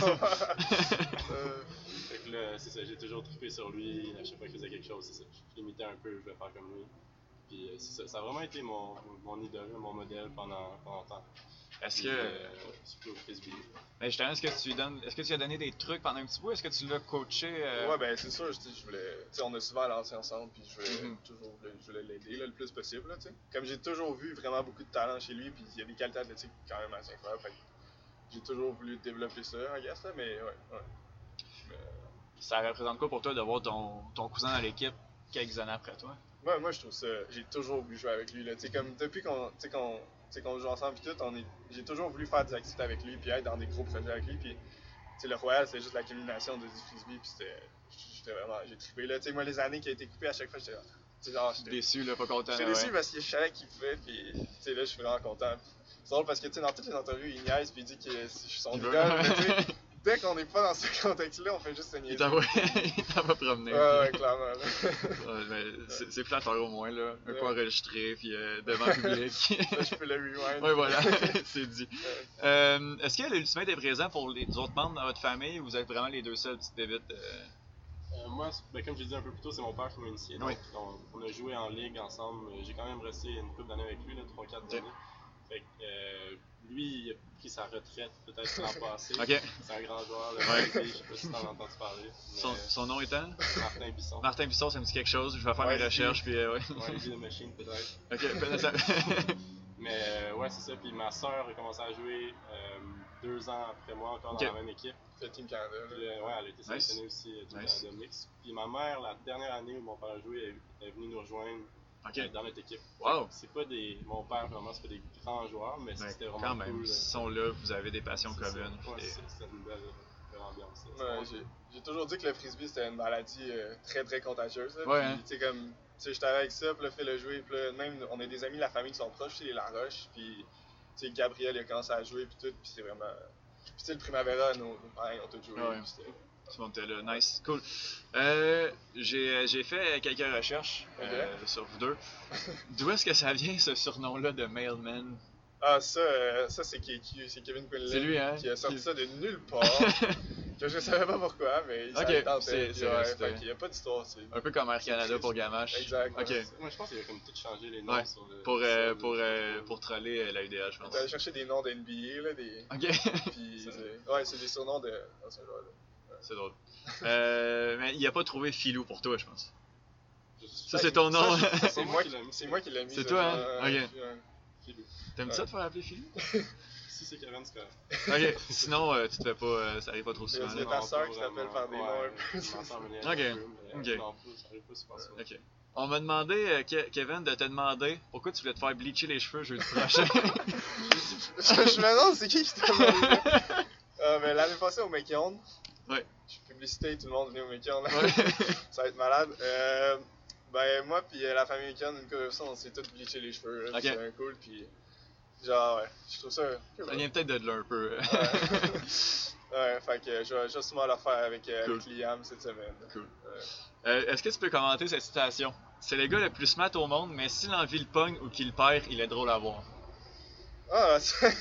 euh, fait que là, c'est ça, j'ai toujours trippé sur lui. À chaque fois qu'il faisait quelque chose, c'est ça. Je l'imitais un peu, je voulais faire comme lui. Puis c'est ça, ça a vraiment été mon, mon idole, mon modèle pendant, pendant longtemps. Est-ce que. Euh, surtout au frisbee. Ben justement, est-ce que tu lui donnes. Est-ce que tu lui as donné des trucs pendant un petit bout? Est-ce que tu l'as coaché? Euh... Ouais, ben c'est sûr, je, je voulais. Tu sais, on a souvent lancé ensemble, puis je voulais mm-hmm. toujours je voulais l'aider là, le plus possible, là, tu sais. Comme j'ai toujours vu vraiment beaucoup de talent chez lui, puis il y a des qualités athlétiques quand même assez incroyables. Fait que j'ai toujours voulu développer ça, I guess, là, mais ouais, ouais. Mais... Ça représente quoi pour toi de voir ton, ton cousin dans l'équipe quelques années après toi? Ouais, moi je trouve ça. J'ai toujours voulu jouer avec lui, là. Tu sais, comme depuis qu'on. Tu sais, qu'on. T'sais, qu'on joue ensemble puis tout, on est, j'ai toujours voulu faire des activités avec lui puis être dans des gros projets avec lui puis t'sais, le Royal c'était juste la culmination de du frisbee puis c'était, j'étais vraiment, j'ai trippé là, t'sais moi les années qui a été coupées à chaque fois j'étais t'sais, genre j'étais déçu là, pas content. J'étais ouais. déçu parce que je savais qu'il pouvait puis t'sais là je suis vraiment content. C'est drôle parce que t'sais dans toutes les entrevues il niaise puis il dit que je suis son idole, mais t'sais dès qu'on n'est pas dans ce contexte-là, on fait juste se niaiser. Il t'en va, il t'en va promener. Ouais, ouais, clairement. ouais, mais c'est, c'est flatteur au moins, là. Un ouais. coup enregistré, puis euh, devant le public. Là, je peux le rewind. Ouais, voilà, c'est dit. Ouais. Euh, est-ce que l'Ultimate est présent pour les autres membres dans votre famille ou vous êtes vraiment les deux seuls petites bébites? Euh... Euh, moi, ben, comme je l'ai dit un peu plus tôt, c'est mon père qui m'a initié. Donc, oui. on, on a joué en ligue ensemble. J'ai quand même resté une couple d'années avec lui, trois quatre okay. années. Fait que, euh, lui, il a pris sa retraite peut-être l'an passé. Okay. C'est un grand joueur, le ouais. Je sais pas si t'en as entendu parler. Son, son nom étant? Martin Bisson. Martin Bisson, ça me dit quelque chose. Je vais faire ouais, mes recherches. Puis, euh, ouais, ouais The Machine peut-être. Ok, mais euh, ouais, c'est ça. Puis ma soeur a commencé à jouer euh, deux ans après moi, encore okay. dans la même équipe. Le Team Canada. Puis, euh, ouais, elle a été sélectionnée nice. aussi, Team nice. Canada Mix. Puis ma mère, la dernière année où mon père a joué, elle est venue nous rejoindre. Okay. Euh, dans notre équipe. Wow. C'est pas des. Mon père, vraiment, c'est pas des grands joueurs, mais ouais, c'était vraiment quand même, cool. Ils sont là, vous avez des passions communes. Ouais, c'est, c'est une belle, belle ambiance. Ouais, j'ai, j'ai toujours dit que le frisbee c'était une maladie euh, très très contagieuse. Là, ouais, puis, hein. tu sais, comme. Tu sais, j'étais avec ça, puis là, fait le jouer, puis là, même, on a des amis de la famille qui sont proches, les Laroche, puis, tu sais, Gabriel, il a commencé à jouer, puis tout, puis c'est vraiment. Puis, tu sais, le Primavera, nos, nos parents, ils ont tous joué. Ouais. Tout le monde était là. Nice. Cool. Euh, j'ai, j'ai fait quelques recherches euh, okay. sur vous deux. D'où est-ce que ça vient, ce surnom-là de Mailman? Ah, ça, euh, ça c'est, qui, qui, c'est Kevin Quinlan c'est lui, hein? qui a sorti qui... ça de nulle part. que je savais pas pourquoi, mais il okay. s'en c'est, c'est ouais, fait qu'il n'y a pas d'histoire. C'est... Un peu comme Air Canada pour Gamache. Exact. Okay. Ouais. Moi, je pense qu'il a comme tout changé les noms ouais. sur le... Pour, euh, sur pour, le... euh, pour troller euh, la U D H, je pense. Il allé chercher des noms d'N B A, là, des... Ok. Puis, c'est... Ouais, c'est des surnoms de... Oh, c'est, ouais. c'est drôle. euh, mais il a pas trouvé Filou pour toi, je pense. Ça, c'est ton nom. Ça, c'est, c'est, moi qui, c'est moi qui l'ai mis. C'est toi, hein? Euh, ok. euh, Filou. T'aimes ouais. ça de faire appeler Filou? Si c'est Kevin, c'est correct. Ok, sinon, euh, tu te fais pas. Euh, ça arrive pas trop souvent. C'est ta soeur qui t'appelle faire des noms un peu. Ok. Ok. Non, ça arrive pas super souvent. Ok. On m'a demandé, euh, Ke- Kevin, de te demander pourquoi tu voulais te faire bleacher les cheveux jeudi prochain. je, je me demande, c'est qui qui t'a demandé? euh, ben, l'année passée au Makion. Ouais. Je suis publicité, tout le monde venait au Makion. Ouais. Ça va être malade. Euh, ben, moi, puis euh, la famille Makion, une couple de fois, on s'est tous bleaché les cheveux. Là, okay. C'est un cool, puis. Genre, ouais, je trouve ça. Cool, ça vient peut-être de là un peu. Ouais. Ouais, fait que je vais sûrement le refaire avec, euh, cool. avec Liam cette semaine. Cool. Ouais. Euh, est-ce que tu peux commenter cette citation? C'est le gars le plus smart au monde, mais si l'envie le pogne ou qu'il le perd, il est drôle à voir. Ah, ça,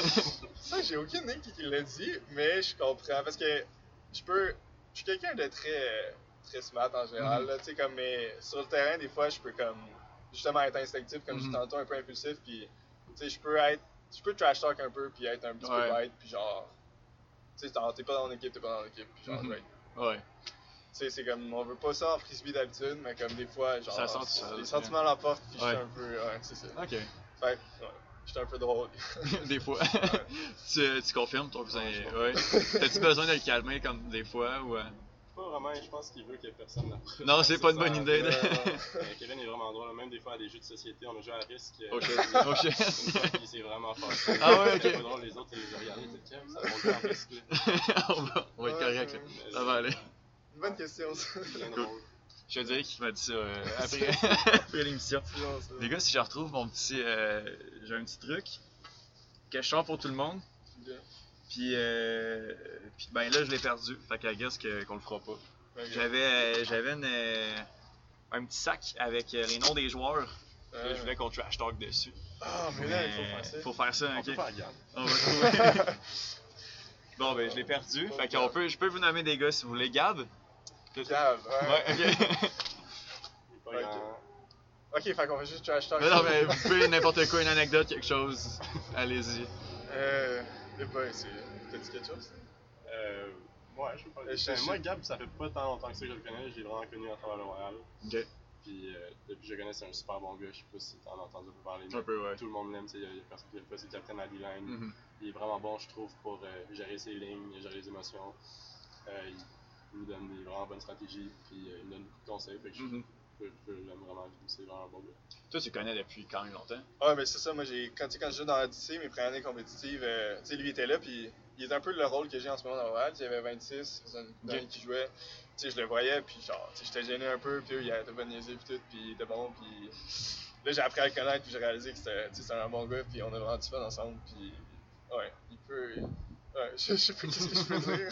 ça j'ai aucune idée qui, qui l'a dit, mais je comprends. Parce que je peux. Je suis quelqu'un de très. Très smart en général. Mhm. Là, tu sais, comme. Mais sur le terrain, des fois, je peux comme. Justement être instinctif, comme je Mhm. dis tantôt, un peu impulsif. Puis, tu sais, je peux être. Je peux trash talk un peu, puis être un petit Ouais. peu bête, puis genre. Tu sais, t'es pas dans l'équipe, t'es pas dans l'équipe, puis genre, Mhm. right. Ouais. Tu sais, c'est comme, on veut pas ça en frisbee d'habitude, mais comme des fois, genre, Ça sent tout seul, les ouais. sentiments l'emportent, puis je Ouais. suis un peu, ouais, c'est ça. Ok. Fait que, ouais, j'étais un peu drôle. Des fois. tu, tu confirmes ton cousin? Ouais, je Ouais. T'as-tu besoin de le calmer comme des fois ou. euh? Pas vraiment, je pense qu'il veut que personne n'approche. Non, c'est pas une bonne ça. idée. Ouais, ouais. Euh, Kevin est vraiment drôle, même des fois à des jeux de société, on a joué à risque. euh, Oh shit. une Oh shit. fois, puis il s'est vraiment fâché. Ah ouais, ok. C'est pas drôle, les autres, ils les regardaient, ils disaient, Kev, ça va jouer à risque. là. on va, on va être Ouais, correct c'est là. vrai. Mais Ça va aller. Une bonne question, ça. C'est bien drôle. Je te dirais qu'il m'a dit ça euh, après, après l'émission. C'est bon, ça. Les gars, si je retrouve mon petit. Euh, j'ai un petit truc que je sors pour tout le monde. Bien. Puis, euh, puis ben là, je l'ai perdu. Fait qu'à guess que, qu'on le fera pas. Ok. J'avais, euh, j'avais une, euh, un petit sac avec euh, les noms des joueurs. Là, Euh, je voulais qu'on trash talk dessus. Ah, mais là, il faut faire ça. Faut faire ça, On ok. peut faire garde. On va trouver. Bon, ben, je l'ai perdu. Fait qu'on peut, je peux vous nommer des gars si vous voulez. Gab? Gab, ouais. Ouais, ok. Il est pas Ok. grand. Ok, fait qu'on va juste trash talk. Mais non, mais vous pouvez n'importe quoi, une anecdote, quelque chose. Allez-y. Euh. Eh ben, c'est. T'as dit quelque chose? Euh, ouais, je peux pas Euh, le je- dire. je- Moi, Gab, ça fait pas tant longtemps que ça que je le connais, je l'ai vraiment connu à travers le Royal. Ok. Puis euh, depuis que je le connais, c'est un super bon gars, je sais pas si t'en as entendu parler. Un peu, ouais. Tout le monde l'aime, il y a il y a personne qui l'aime pas, c'est le capitaine à D-line. Mhm. Il est vraiment bon, je trouve, pour euh, gérer ses lignes, gérer les émotions. Euh, il, il nous donne des vraiment bonnes stratégies, puis euh, il me donne beaucoup de conseils, fait que je, Mhm. je, je l'aime vraiment, c'est vraiment un bon gars. Toi, tu le connais depuis quand même longtemps? Ouais, mais c'est ça, moi, j'ai, quand, tu sais, quand je jouais dans la D C, mes premières années compétitives, euh, tu sais, lui était là, puis il est un peu le rôle que j'ai en ce moment dans le Royal. Il y avait vingt-six, c'est une couple d'années qui jouait. Tu sais, je le voyais, puis genre, tu sais, j'étais gêné un peu, puis lui, il était pas niaisé, puis tout, puis il était bon, puis là, j'ai appris à le connaître, puis j'ai réalisé que c'était, tu sais, c'était un bon gars, puis on a vraiment du fun ensemble, puis ouais, il peut. Ouais, je, je sais pas qu'est-ce que je peux dire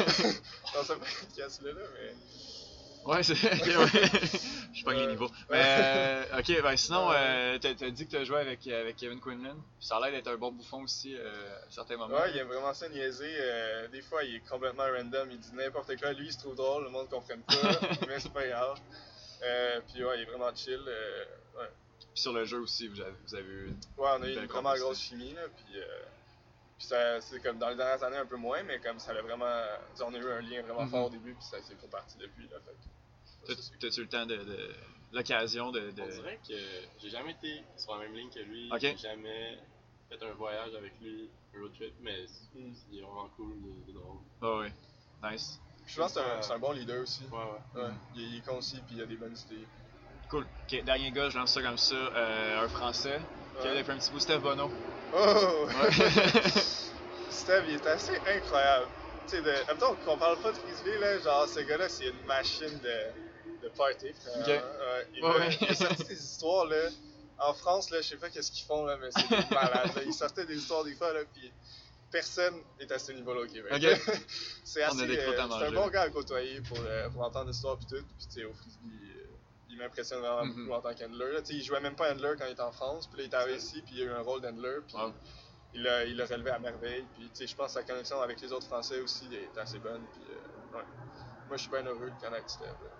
dans ce podcast-là, là, mais. Ouais, c'est. Ok, ouais. Je pas les Euh, niveaux. ouais. Mais, euh, ok, ben sinon, Ouais. euh, t'as, t'as dit que t'as joué avec, avec Kevin Quinlan. Ça a l'air d'être un bon bouffon aussi euh, à certains moments. Ouais, il aime vraiment ça niaiser. Euh, des fois, il est complètement random. Il dit n'importe quoi. Lui, il se trouve drôle. Le monde ne comprenne pas. Mais c'est pas grave. Euh, puis ouais, il est vraiment chill. Euh, ouais. Puis sur le jeu aussi, vous avez, vous avez eu une. ouais, on a eu Belle une vraiment complicité. grosse chimie. Là, puis euh, puis ça, c'est comme dans les dernières années un peu moins, mais comme ça a vraiment. Tu sais, on a eu un lien vraiment Mhm. fort au début. Puis ça s'est comparti depuis. Là, fait. que, T'as, ça, c'est- t'as-tu eu le temps de. de l'occasion de. de... On dirait que j'ai jamais été sur la même ligne que lui, Ok. j'ai jamais fait un voyage avec lui, un road trip, mais Mm. il est vraiment cool, il est, il est drôle. Ah ouais. Nice. Je pense que c'est un, c'est un bon leader aussi. Ouais, ouais. Ouais, il, est- il est concis. Puis il a des bonnes idées. Cool. Ok, dernier gars, je lance ça comme ça. Euh, un français qui a Ouais. depuis un petit bout, Steph Bono. Oh! Ouais. Steph, il est assez incroyable. Tu sais, de... en même temps qu'on parle pas de frisbee, là, genre, ce gars-là, c'est une machine de, de party. vraiment. Ok. Ouais, il, Ouais, a- ouais. il a sorti des histoires, là. En France, là, je sais pas qu'est-ce qu'ils font, là, mais c'est des malades. là. Il sortait des histoires des fois, là, puis personne est à ce niveau-là au Québec. Ok. c'est On assez. a des croûtes à euh, c'est un manger. bon gars à côtoyer pour, euh, pour entendre des histoires, puis tout. Puis, tu sais, au frisbee, euh, il m'impressionne vraiment Mhm. beaucoup en tant qu'handler. là. Tu sais, il jouait même pas handler quand il était en France, puis là, il est arrivé ici, puis il a eu un rôle d'handler. Puis, Wow. il l'a il l'a relevé à merveille. Puis, tu sais, je pense que sa connexion avec les autres Français aussi est assez bonne. Puis, euh, ouais. Moi, je suis bien heureux de connaître Steph. là.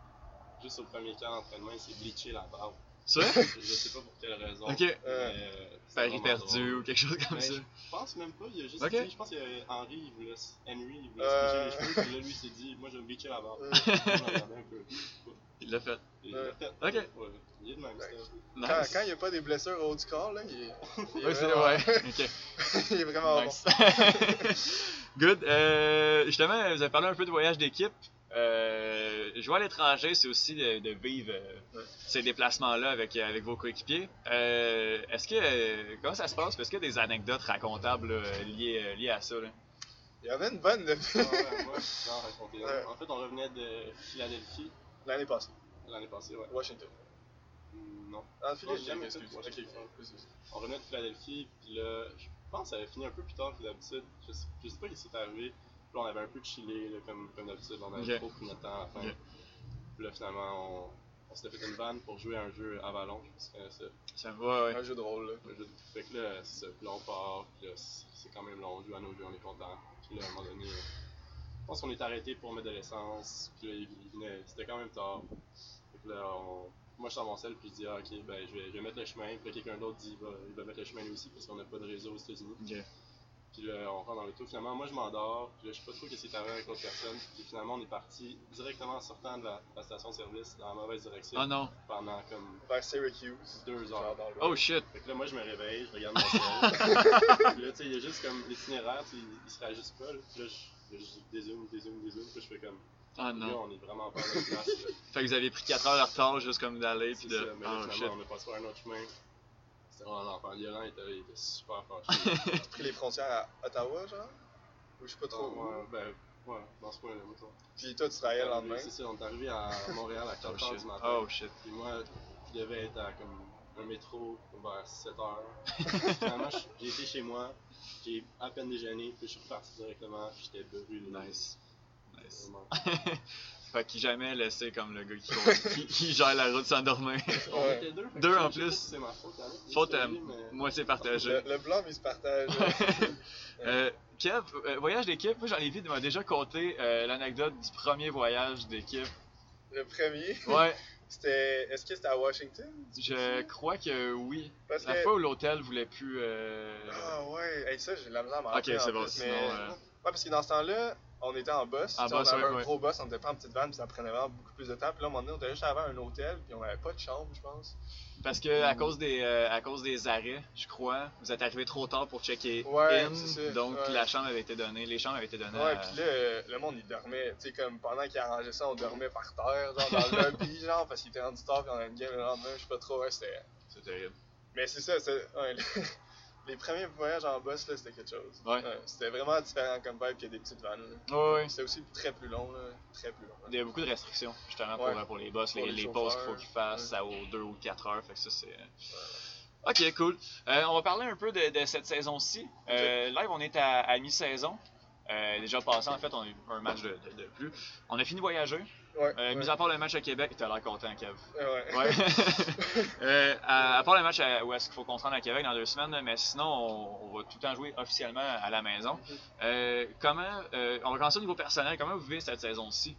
Juste au premier camp d'entraînement, il s'est bleaché la barbe. C'est vrai? Je je sais pas pour quelle raison. Ok. mais, Euh, euh, c'est Paris vraiment perdu drôle. ou quelque chose comme Mais ça. Je pense même pas, il a juste Ok. dit, je pense que Henry, il voulait, s- Henry, il voulait Euh. se bleacher les cheveux, puis là, lui, il s'est dit, moi, je vais me bleacher la barbe. Euh. Je le regardais un peu. Il l'a fait. Et il Euh. l'a fait. Ok. Ouais, il est de même, Ouais. Steph. Nice. Quand quand il n'y a pas des blessures au haut du corps, là, il est, il est Ouais, c'est vraiment, ouais. Ok. il est vraiment Nice. Good. Euh, justement, vous avez parlé un peu de voyage d'équipe. Euh, jouer à l'étranger, c'est aussi de, de vivre euh, Ouais. ces déplacements-là avec, avec vos coéquipiers. Euh, est-ce que euh, comment ça se passe? Est-ce qu'il y a des anecdotes racontables là, liées, euh, liées à ça? Là? bon. Il y en avait une bonne de... Ah ouais, moi, je vais en raconter une. Ouais. En fait, on revenait de Philadelphie l'année passée. l'année passée, ouais. Washington. Hmm, Non. Ah, Non, Philippe, j'ai jamais excuse. fait Ok, Washington. excuse. On revenait de Philadelphie, puis là, je pense que ça avait fini un peu plus tard que d'habitude. Je sais, je sais pas ce qui s'est arrivé. Puis là, on avait un peu chillé, là, comme, comme d'habitude. On avait Ok. trop pris notre temps à la fin. Ok. Puis là, finalement, on, on s'était fait une vanne pour jouer à un jeu Avalanche. C'est ça. Ça me va, ouais. Un jeu de rôle, là. Un jeu de... Fait que là, c'est ça. Puis là, on part. Puis là, c'est quand même long. On joue à nos jeux, on est content. Puis là, à un moment donné, je pense qu'on est arrêté pour mettre de l'essence. Puis là, il venait. C'était quand même tard. Fait que là, on... moi, je sors mon sel. Puis je dis, ah, ok, ben, je vais, je vais mettre le chemin. Puis là, quelqu'un d'autre dit, il va, il va mettre le chemin lui aussi. Parce qu'on n'a pas de réseau aux États-Unis. Ok. Puis là, on rentre dans l'auto. Finalement, moi, je m'endors. Puis là, je sais pas trop qu'est-ce qui est arrivé avec l'autre personne. Puis finalement, on est parti directement en sortant de la, la station-service dans la mauvaise direction. Oh non. Pendant comme Vers Syracuse. deux Genre heures. dans le- Oh shit. Fait que là, moi, je me réveille, je regarde mon ciel. Puis là, tu sais, il y a juste comme l'itinéraire, tu sais, il, il se réajuste pas. Là. Puis là, je, je, je dézoome, dézoome, dézoome. Puis là, je fais comme. Oh Là, non. on est vraiment pas à notre place. Là. Fait que vous avez pris quatre heures de retard juste comme d'aller C'est puis ça, de. mais là, Oh shit. finalement, on a passé par un autre chemin. C'était vraiment l'enfant. L'Iran était, il était super fâché. T'as pris les frontières à Ottawa, genre? Ou je sais pas trop. Ouais, ben, ouais, dans ce coin-là, mettons. Puis toi, tu travaillais le lendemain. C'est ça, on est arrivé à Montréal à Oh quatre heures shit. du matin. Oh shit. Puis moi, je devais être à comme un métro vers sept heures. Finalement, je- j'ai été chez moi, j'ai à peine déjeuné, puis je suis reparti directement, puis j'étais brûlé. Nice. Nice. Vraiment. Fait qu'il jamais laissé comme le gars qui, conduit- qui, qui gère la route sans dormir. On Ouais. était deux. fait que Deux je- en je sais pas plus. si c'est ma faute, Alex, j'ai Faute à essayé, mais- moitié partagée. Le, le blanc, il se partage. Euh, Kev, euh, voyage d'équipe, moi Jean-Lévis m'a déjà conté euh, l'anecdote du premier voyage d'équipe. Le premier, Ouais, c'était. Est-ce que c'était à Washington? je crois que oui. Parce La que. fois où l'hôtel voulait plus. Euh... Ah ouais, hey, ça, j'ai de la misère à m'en Ok, rappeler, en c'est bon, plus, sinon. mais- euh, Ouais, parce que dans ce temps-là, on était en bus. En tu sais, bus, on avait ouais, un ouais. gros bus, on était pas en petite van, puis ça prenait vraiment beaucoup plus de temps. Puis là, à un moment donné, on était juste avant un hôtel, puis on avait pas de chambre, je pense. Parce que à cause des euh, à cause des arrêts, je crois, vous êtes arrivé trop tard pour checker Ouais, in, c'est ça, donc ouais. la chambre avait été donnée, les chambres avaient été données. Ouais, à- puis là, euh, le monde, il dormait. Tu sais, comme pendant qu'il arrangeait ça, on dormait par terre, genre dans le lobby, genre, parce qu'il était rendu tard, puis on avait une game le lendemain, je sais pas trop, ouais, c'était. C'est terrible. Mais c'est ça, c'est. Ouais, les premiers voyages en bus, là, c'était quelque chose. Ouais. C'était vraiment différent comme vibe qu'il y a des petites vannes. là. Ouais, ouais. C'était aussi très plus long, là. Très plus long. Il y a beaucoup de restrictions justement pour, Ouais. pour les boss, Pour les, les les pauses qu'il chauffeurs, faut qu'ils fassent ouais. à aux deux ou quatre heures, fait que ça c'est. euh, Ok, cool. Euh, on va parler un peu de, de cette saison-ci. Euh, live, on est à, à mi-saison. Euh, déjà passé, en fait, on a eu un match de, de, de plus. On a fini de voyager. Ouais. Euh, ouais. Mis à part le match à Québec, t'as l'air content, Kev. Ouais. Ouais. euh, à, à part le match à, où est-ce qu'il faut qu'on se rende à Québec dans deux semaines, mais sinon, on, on va tout le temps jouer officiellement à la maison. Euh, comment, euh, on va commencer au niveau personnel, comment vous vivez cette saison-ci?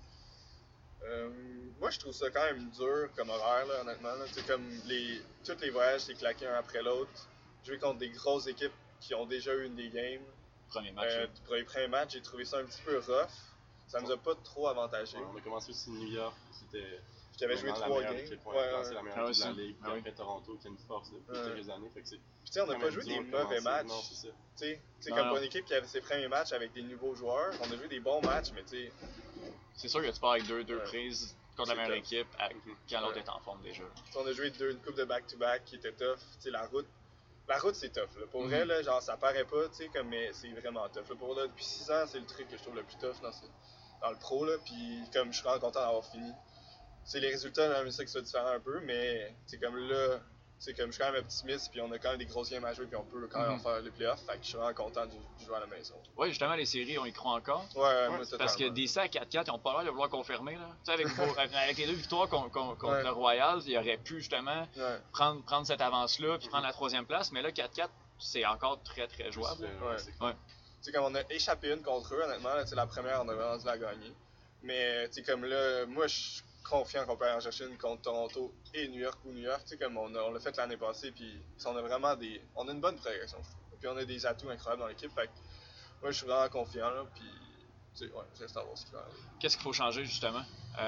Euh, moi, je trouve ça quand même dur comme horaire, là, honnêtement. Là. Tu sais, comme les, tous les voyages, c'est claqué un après l'autre. Jouer contre des grosses équipes qui ont déjà eu une des games. Premier match. Euh, là. pour les premiers matchs, j'ai trouvé ça un petit peu rough. Ça nous a pas trop avantagé. Ouais, on a commencé aussi New York, qui était Puis j'avais joué vraiment trois la games. meilleure équipe, Ouais, ouais, ouais. c'est la meilleure Ah, équipe de la aussi. ligue. Ah, Puis oui. après Toronto, qui a une force depuis Ouais. quelques années. Fait que c'est Puis tu sais, on n'a quand pas même joué dur des de mauvais commencer. matchs. Non, c'est ça. Tu sais, tu sais, Non, comme non. bonne équipe qui avait ses premiers matchs avec des nouveaux joueurs, on a joué des bons matchs, mais tu sais, C'est sûr que tu pars avec deux, deux Ouais. prises contre la C'est meilleure tough. équipe à- quand l'autre Ouais. est en forme déjà. on a joué deux, une coupe de back-to-back qui était tough. Tu sais, la route, la route c'est tough. Là. Pour Mhm. vrai, là, genre, ça paraît pas, tu sais, comme, mais c'est vraiment tough. Là. Pour là, depuis six ans, c'est le truc que je trouve le plus tough dans, ce- dans le pro. Là. Puis comme je suis vraiment content d'avoir fini. C'est les résultats, j'aimerais ça que ce soit différent un peu, mais c'est comme là, c'est comme je suis quand même optimiste, puis on a quand même des grosses games à jouer, puis on peut quand même Mhm. en faire les playoffs. Fait que je suis vraiment content de, de jouer à la maison. Ouais, justement, les séries, on y croit encore. Ouais, ouais, moi, Parce que totalement. D C à quatre quatre, ils ont pas l'air de vouloir confirmer. Là. Tu sais, avec, vos- avec les deux victoires con- con- contre Ouais. le Royal, ils auraient pu justement Ouais. prendre, prendre cette avance-là puis prendre la troisième place. Mais là, quatre quatre, c'est encore très très jouable. C'est- Ouais. c'est- Ouais. Tu sais, comme on a échappé une contre eux, honnêtement, là, tu sais, la première, on a vraiment dû la gagner. Mais, tu sais, comme là, moi, je suis confiant qu'on peut aller en chercher une contre Toronto et New York ou New York, tu sais, comme on, a- on l'a fait l'année passée, puis on a vraiment des... On a une bonne progression, je trouve. Puis on a des atouts incroyables dans l'équipe, fait que moi, je suis vraiment confiant, là, puis, tu sais, ouais, je reste à voir ce qui va arriver. Qu'est-ce qu'il faut changer justement?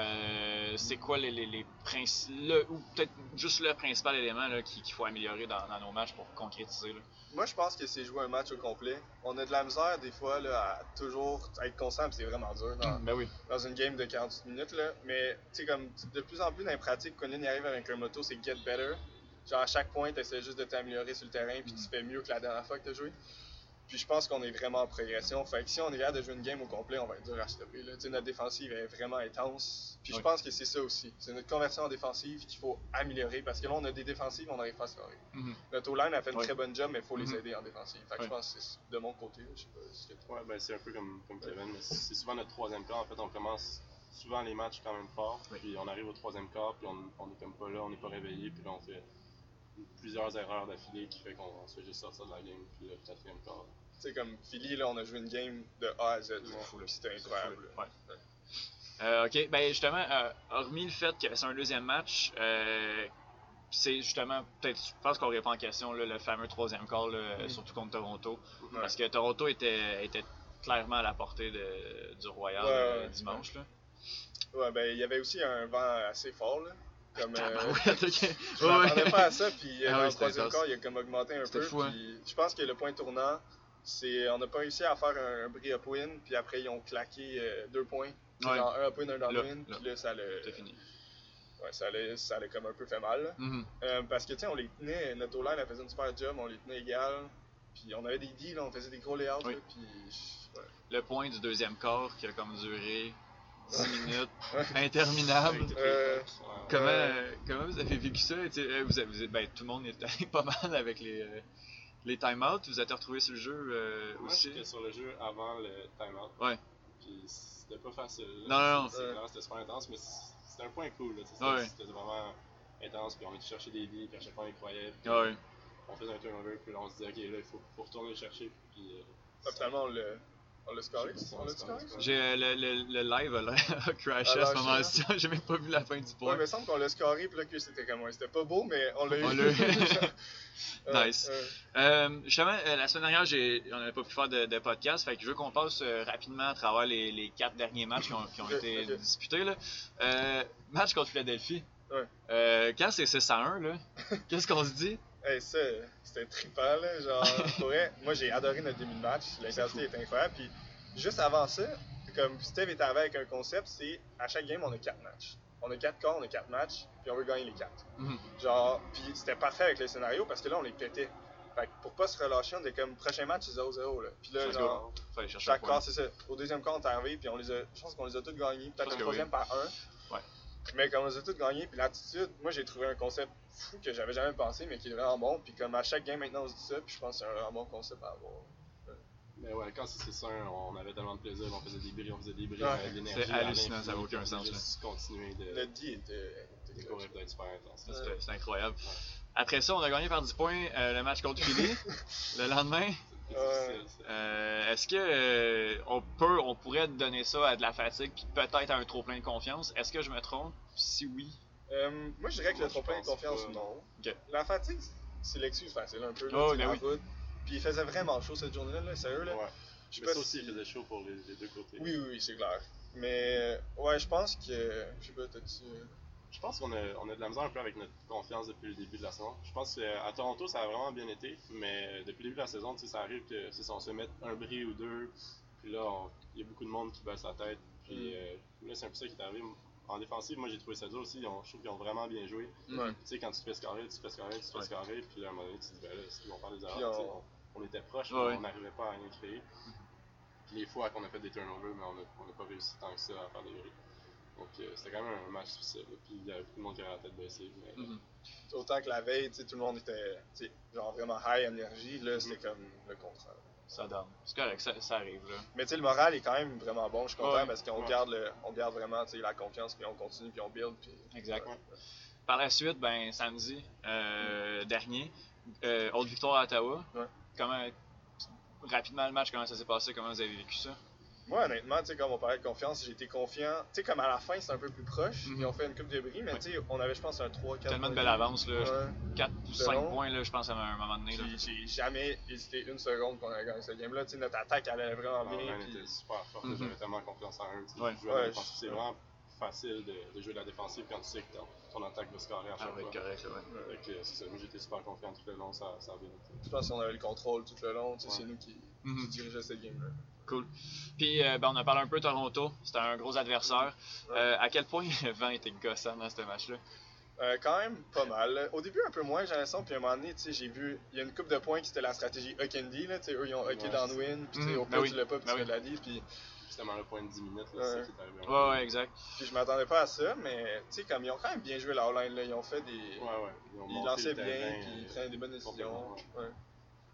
Euh, c'est quoi les, les, les princi- le- ou peut-être juste le principal élément là, qu'il qu'il faut améliorer dans, dans nos matchs pour concrétiser? Là? Moi, je pense que c'est jouer un match au complet. On a de la misère, des fois, là, à toujours être constant, puis c'est vraiment dur dans, Ben oui. dans une game de quarante-huit minutes, là. Mais, tu sais, comme, de plus en plus dans les pratiques, Conan y arrive avec un moto, c'est get better. Genre, à chaque point, tu essaies juste de t'améliorer sur le terrain, puis tu fais mieux que la dernière fois que tu as joué. Puis je pense qu'on est vraiment en progression. Fait que si on est capable de jouer une game au complet, on va être dur à stopper, là. Tu sais, notre défensive est vraiment intense. Puis je Oui. pense que c'est ça aussi. C'est notre conversion en défensive qu'il faut améliorer, parce que là, on a des défensives, on n'arrive pas à scorer. Mhm. Notre O-line a fait une Oui. très bonne job, mais il faut les Mhm. aider en défensive. Fait que Oui. je pense que c'est de mon côté, là, je sais pas ce que toi. Ouais, ben c'est un peu comme, comme Kevin, mais c'est c'est souvent notre troisième plan. En fait, on commence souvent les matchs quand même forts. Oui. Puis on arrive au troisième quart, puis on, on est comme pas là, on n'est pas réveillé, puis là on fait plusieurs erreurs d'affilée qui fait qu'on se fait juste sortir de la game, puis le quatrième quart. Tu sais, comme Philly, là, on a joué une game de A à Z. là. Ouais. Puis c'était incroyable. là. Ouais. Euh, ok, ben justement, euh, hormis le fait que c'est un deuxième match, euh, c'est justement, peut-être, je pense qu'on répond en question, là, le fameux troisième quart, là, Mm. surtout contre Toronto. Ouais. Parce que Toronto était, était clairement à la portée de, du Royal Ouais, euh, ouais, dimanche. Là. Ouais, ben, il y avait aussi un vent assez fort, là. Comme, euh, Tabarouette, ok. je Ouais, m'attendais ouais. pas à ça, puis euh, Ah dans oui, le c'était troisième intense. quart, il a comme augmenté un C'était peu. fou, hein. Puis je pense que le point tournant, c'est on n'a pas réussi à faire un, un bris up-win, puis après ils ont claqué euh, deux points. Ouais. Genre un up-win, un down-win, Là, puis là, ça l'a C'est fini. ouais, ça l'a ça l'a comme un peu fait mal. là. Mhm. Euh, parce que, tu sais, on les tenait, notre O-line, elle faisait une super job, on les tenait égal. Puis on avait des deals, on faisait des gros layouts, Oui. là, puis ouais. Le point du deuxième quart qui a comme duré dix minutes, Ouais. interminable. Euh, Comment, Euh, euh, comment vous avez vécu ça? Tu sais, euh, Vous, avez- vous êtes- ben, tout le monde est allé pas mal avec les, euh, les time-outs. Vous êtes retrouvés sur le jeu euh, Moi, aussi? j'étais sur le jeu avant le time-out. Ouais. Puis c'était pas facile. là. Non, non, non. C'est Ouais. clair, c'était super intense, mais c'était un point cool. là, tu sais, Ouais. C'était c'était vraiment intense. Puis on était chercher des vies, puis à chaque fois on y croyait. Puis Ah ouais. on faisait un turnover, puis là on se disait, ok, là il faut, faut retourner le chercher. Puis euh, ah, finalement, on l'a on l'a scoré. On l'a scoré. J'ai, euh, le, le, le live a l'air a crashé Ah, à ce lâché, moment-ci. J'ai même pas vu la fin du Ouais, point. mais il me semble qu'on l'a scoré, puis là, que c'était comme ouais, c'était pas beau, mais on l'a eu. On l'a eu. Ouais, Nice. ouais. Euh, justement, euh, la semaine dernière, j'ai, on n'avait pas pu faire de, de podcast, fait que je veux qu'on passe euh, rapidement à travers les, les quatre derniers matchs qui ont, qui ont Ok, été ok. disputés. Là. Euh, match contre Philadelphie. Ouais. Euh, quand c'est six à un, là, qu'est-ce qu'on se dit? Hey, ça, c'était trippant, là. Genre, pour vrai, moi, j'ai adoré notre début de match. L'intensité était incroyable. Puis, juste avant ça, comme Steve est arrivé avec un concept, c'est à chaque game, on a quatre matchs. On a quatre quarts, on a quatre matchs, puis on veut gagner les quatre. Mhm. Genre, puis c'était parfait avec le scénario parce que là, on les pétait. Fait que pour pas se relâcher, on était comme prochain match, c'est zéro zéro, là. Puis là, Let's genre, Fallait chercher un chaque point. quart, c'est ça. Au deuxième quart, on est arrivé, puis on les a, je pense qu'on les a tous gagnés. Peut-être pense le que troisième oui. par un. Ouais. Mais comme on les a tous gagnés, puis l'attitude, moi, j'ai trouvé un concept fou que j'avais jamais pensé, mais qui est vraiment bon. Puis comme à chaque game, maintenant, on se dit ça, puis je pense que c'est un vraiment bon concept à avoir. Mais ouais, quand c'est ça, on avait tellement de plaisir, on faisait des bris, on faisait des bris, Ouais. on avait de l'énergie. C'est à hallucinant, l'infini, ça n'a aucun puis sens, on Juste continuer de, Le D était. de était courir, d'être super intense. Ça, C'était, c'était incroyable. Après ça, on a gagné par dix points euh, le match contre Philly. Le lendemain, C'est Ouais. difficile, ça. euh, est-ce que euh, on peut, on pourrait donner ça à de la fatigue puis peut-être à un trop plein de confiance? Est-ce que je me trompe? Si oui, Euh, moi, je dirais que Moi, le trop je plein de pense confiance, pas. non. Ok. La fatigue, c'est l'excuse facile un peu. Là, Oh, tu sais, ben la oui. route. Puis il faisait vraiment chaud cette journée-là, là, sérieux. Là. Ouais. Je sais Mais pas ça aussi, si- il faisait chaud pour les, les deux côtés. Oui, oui, oui, c'est clair. Mais euh, ouais, je pense que. Je sais pas, t'as-tu. Je pense qu'on a, on a de la misère un peu avec notre confiance depuis le début de la saison. Je pense qu'à Toronto, ça a vraiment bien été, mais depuis le début de la saison, tu sais, ça arrive que c'est ça, on se met un bris ou deux, puis là, on- il y a beaucoup de monde qui baisse la tête. Puis Mm. euh, là, c'est un peu ça qui est arrivé. En défensive, moi, j'ai trouvé ça dur aussi. Ils ont- je trouve qu'ils ont vraiment bien joué. Ouais. Tu sais, quand tu te fais scorer, tu te fais scorer, tu te fais Ouais. scorer, puis là, à un moment donné, tu te dis, ben là, ils vont faire des erreurs. Puis on- Tu sais, on, on était proches, Ouais, mais ouais. on n'arrivait pas à rien créer. Puis les fois qu'on a fait des turnovers, mais on n'a on a pas réussi tant que ça à faire des bris. Donc euh, c'était quand même un match difficile. là. Puis il y avait beaucoup de monde qui avait la tête baissée. Mais, Mhm. Autant que la veille, tu sais, tout le monde était tu sais, genre vraiment high énergie. Là, Mhm. c'était comme le contraire. ça donne. C'est correct, ça, ça arrive là. Mais tu sais, le moral est quand même vraiment bon. Je suis content Ouais. parce qu'on Ouais. garde, le, on garde vraiment tu sais, la confiance, puis on continue, puis on build. Puis, Exact. ouais. Par la suite, ben samedi euh, dernier, euh, autre victoire à Ottawa. Ouais. Comment rapidement le match, comment ça s'est passé, comment vous avez vécu ça? Moi, honnêtement, tu sais, comme on parlait de confiance, j'ai été confiant. Tu sais, comme à la fin, c'est un peu plus proche. Mhm. Ils ont fait une coupe de bris, mais Ouais. tu sais, on avait, je pense, un trois quatre. Tellement de belle avance là, Ouais. quatre ou De cinq long. points là, je pense à un moment donné là. Puis j'ai jamais hésité une seconde qu'on a gagné cette game-là. Tu sais, notre attaque allait vraiment Ah, bien. man puis- était super fort. Mhm. J'avais tellement confiance en eux. tu sais, Ouais. jouer à Ouais, la défensive, je- c'est vraiment facile de, de jouer de la défensive quand tu sais que ton, ton attaque va scorer à Ah chaque oui, fois. correct là, ouais. Fait que, c'est ça, moi j'étais super confiant tout le long, ça, ça a bien été. Je pense qu'on avait le contrôle tout le long. Tu sais, Ouais. c'est nous qui, Mhm. qui dirigeons cette game-là. Cool. Puis euh, ben, on a parlé un peu de Toronto, c'était un gros adversaire. Ouais. Euh, à quel point le vent était gossant dans ce match-là? Euh, quand même pas mal. Au début, un peu moins, j'ai l'impression. Puis à un moment donné, tu sais, j'ai vu, il y a une coupe de points qui était la stratégie Huck and D. Là, tu sais, eux, ils ont hocké Ouais, dans c'est- le win. Puis tu sais, Mhm. au Ben pire, oui. tu l'as pas, puis Ben tu fais oui. de la D. Puis, Justement, le point de dix minutes, là, Ouais. c'est ça qui est arrivé. Ouais, ouais, exact. puis je m'attendais pas à ça, mais tu sais, comme ils ont quand même bien joué la line là, ils ont fait des. Ouais, ouais. Ils, ont Ils monté lançaient le bien, terrain, puis ils euh, prenaient des bonnes décisions. complètement, Ouais.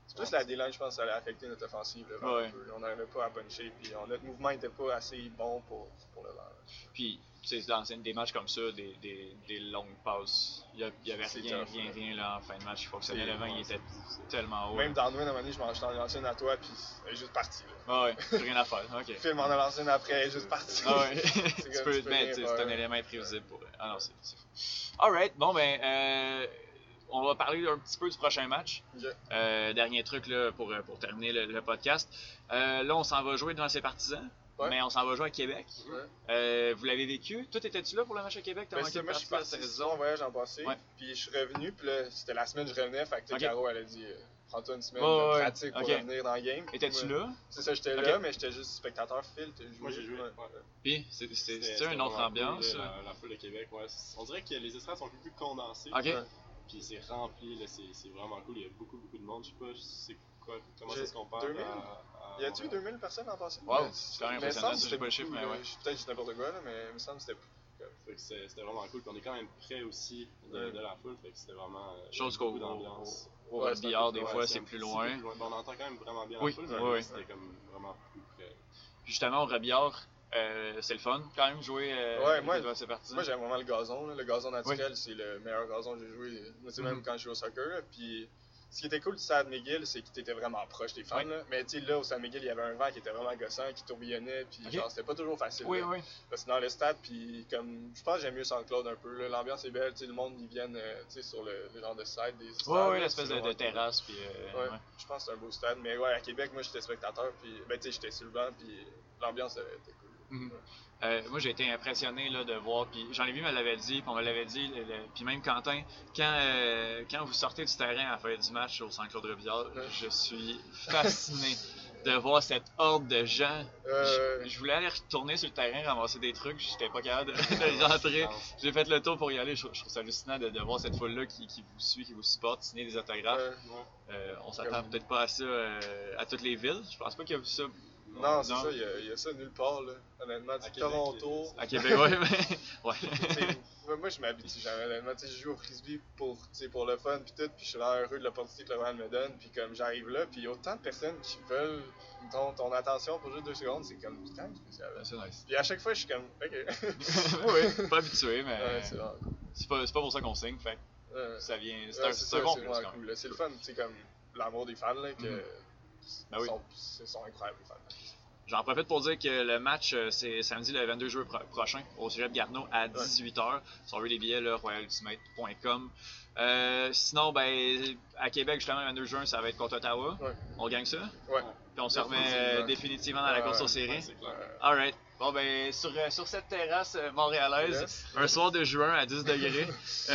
C'est plus la D-line, je pense, que ça allait affecter notre offensive. Là, Ouais. un peu. On n'arrivait pas à puncher, puis on- notre mouvement n'était pas assez bon pour, pour le vent. Puis, tu sais, dans des matchs comme ça, des, des, des longues passes, il n'y avait C'est rien, tough, rien, ouais. rien là, en fin de match qui fonctionnait. C'est- Le vent, il était tellement haut. Même dans Noël, à un moment donné, je m'en j'étais en lancé une à toi, puis elle est juste partie. Là. Ah ouais, plus rien à faire. Ok. Phil m'en a lancé une après, elle est juste partie. Ah ouais, C'est tu comme peux, tu peux mais rien tu sais, faire. c'est un élément imprévisible pour. Ah non, c'est c'est fou. Alright, bon ben, euh, on va parler un petit peu du prochain match. Ok. Euh, dernier truc là, pour, pour terminer le, le podcast. Euh, là, on s'en va jouer devant ses partisans, Ouais. mais on s'en va jouer à Québec. Ouais. Euh, vous l'avez vécu? Toi, étais-tu là pour le match à Québec? T'as Ben, manqué c'est- une moi, je suis partie de la parti saison? en voyage en passé, Ouais. puis je suis revenu, puis là, c'était la semaine que je revenais, fait que tu sais, Ok. Caro, elle a dit euh, prends-toi une semaine Ouais, de ouais, pratique pour ok. revenir dans le game. Étais-tu Ouais. là? C'est ça, j'étais Ok. là, mais j'étais juste spectateur. Phil, t'as joué. Moi, j'ai joué. Ouais. ouais. Puis, c'est- c'est- C'était- c'était c'était une autre vraiment ambiance? cool, ça? la, la foule de Québec, ouais. C'est- On dirait que les estrades sont un peu plus condensées. Ok. Ouais. Puis c'est rempli, là, c'est c'est vraiment cool. Il y a beaucoup, beaucoup de monde. Je sais pas c'est quoi, comment J'ai- ça se compare deux mille? à, à Y a-tu eu Montréal. deux mille personnes en passé? Wow, Mais- c'est quand même mais il me impressionnant, semble que j'ai c'était pas le chiffre, beaucoup, mais là. ouais. Je- Peut-être que je dis n'importe quoi, là, mais il me semble que c'était beaucoup. Fait que c'était c'était vraiment cool. Puis on est quand même près aussi de, Ouais. de la foule. Fait que c'était vraiment. euh, Chose beaucoup qu'au d'ambiance. au Ouais, rugby c'est un hors, peu- des ouais, fois, c'est c'est un plus petit loin. peu plus loin. On entend quand même vraiment bien Oui, la foule, ouais, mais ouais. c'était comme vraiment plus près. Puis justement, au rugby hors, euh, c'est le fun quand même jouer euh, Ouais, moi- devant ses partisans. Moi, j'aime vraiment le gazon. Là. Le gazon naturel, c'est le meilleur gazon que j'ai joué. Moi, tu sais, même Mhm. quand je jouais au soccer. Là. Puis, ce qui était cool du Stade McGill, c'est que tu étais vraiment proche des fans. Ouais. Là. Mais tu sais, là, au Stade McGill, il y avait un vent qui était vraiment gossant, qui tourbillonnait. Puis, Ok. genre, c'était pas toujours facile. Oui, là. oui. Parce que dans le stade, puis comme je pense que j'aime mieux Saint-Claude un peu. là. L'ambiance est belle, tu sais, le monde ils viennent euh, tu sais, sur le, le genre de side des stades. Ouais, ouais, là, l'espèce c'est de, de vraiment cool. terrasse. Puis, euh, Ouais, ouais. je pense que c'est un beau stade. Mais ouais, à Québec, moi j'étais spectateur, puis ben tu sais, j'étais sur le banc, puis l'ambiance euh, était cool. Mhm. Ouais. Euh, moi, j'ai été impressionné là, de voir, puis j'en ai vu, me l'avait dit, puis on me l'avait dit, le- le- puis même Quentin, quand, euh, quand vous sortez du terrain à la fin du match au Saint-Claude Robillard, Ouais. je suis fasciné de voir cette horde de gens. Euh, Je, je voulais aller retourner sur le terrain, ramasser des trucs, j'étais pas capable de, de rentrer. J'ai fait le tour pour y aller, je, je trouve ça hallucinant de, de voir cette foule-là qui, qui vous suit, qui vous supporte, signer des autographes. ouais. Ouais. Euh, on s'attend peut-être pas à ça euh, à toutes les villes, je pense pas qu'il y a ça Non, c'est ça, il y, a- il y a ça nulle part, là. Honnêtement, tu sais, Québec, Toronto. à Québec, ouais, mais... ouais. tu sais, moi, moi, je m'habitue jamais, honnêtement. Tu sais, je joue au frisbee pour, tu sais, pour le fun, puis tout, puis je suis vraiment heureux de l'opportunité que le Royal me donne, puis comme j'arrive là, puis il y a autant de personnes qui veulent ton, ton attention pour juste deux secondes, c'est comme quand même spécial. là. C'est nice. Puis à chaque fois, je suis comme, ok. oui, oui, pas habitué, mais Ouais, c'est vraiment cool. c'est pas, c'est pas pour ça qu'on signe, fait que Ouais. ça vient, c'est Ouais, un, c'est c'est un ça, bon c'est plus vraiment quand cool. même. là. C'est le fun, tu sais, comme l'amour des fans, là, que. Mhm. Ben oui. sont, ils sont incroyables, les fans. J'en profite pour dire que le match, euh, c'est samedi le vingt-deux juillet pro- prochain au Cégep Garneau à dix-huit heures. Si on veut les billets, là, royal ultimate point com. Euh, sinon, ben, à Québec, justement, le vingt-deux juin, ça va être contre Ottawa. Ouais. On gagne ça. Ouais. Puis on se remet euh, Définitivement. définitivement dans la Ouais, course aux ouais, séries. Ouais, c'est clair. Euh, Alright. Bon, ben, sur, euh, sur cette terrasse euh, montréalaise, Yes. un soir de juin à dix degrés.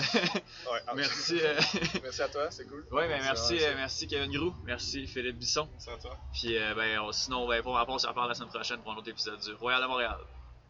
ouais, ah, Merci. euh, Merci à toi, c'est cool. ouais, ben, merci, C'est euh, vraiment merci Kevin Groux. Merci Philippe Bisson. Merci à toi. Puis, euh, ben, on- sinon, ben, pour ma part, on se reparle la semaine prochaine pour un autre épisode du Royal de Montréal.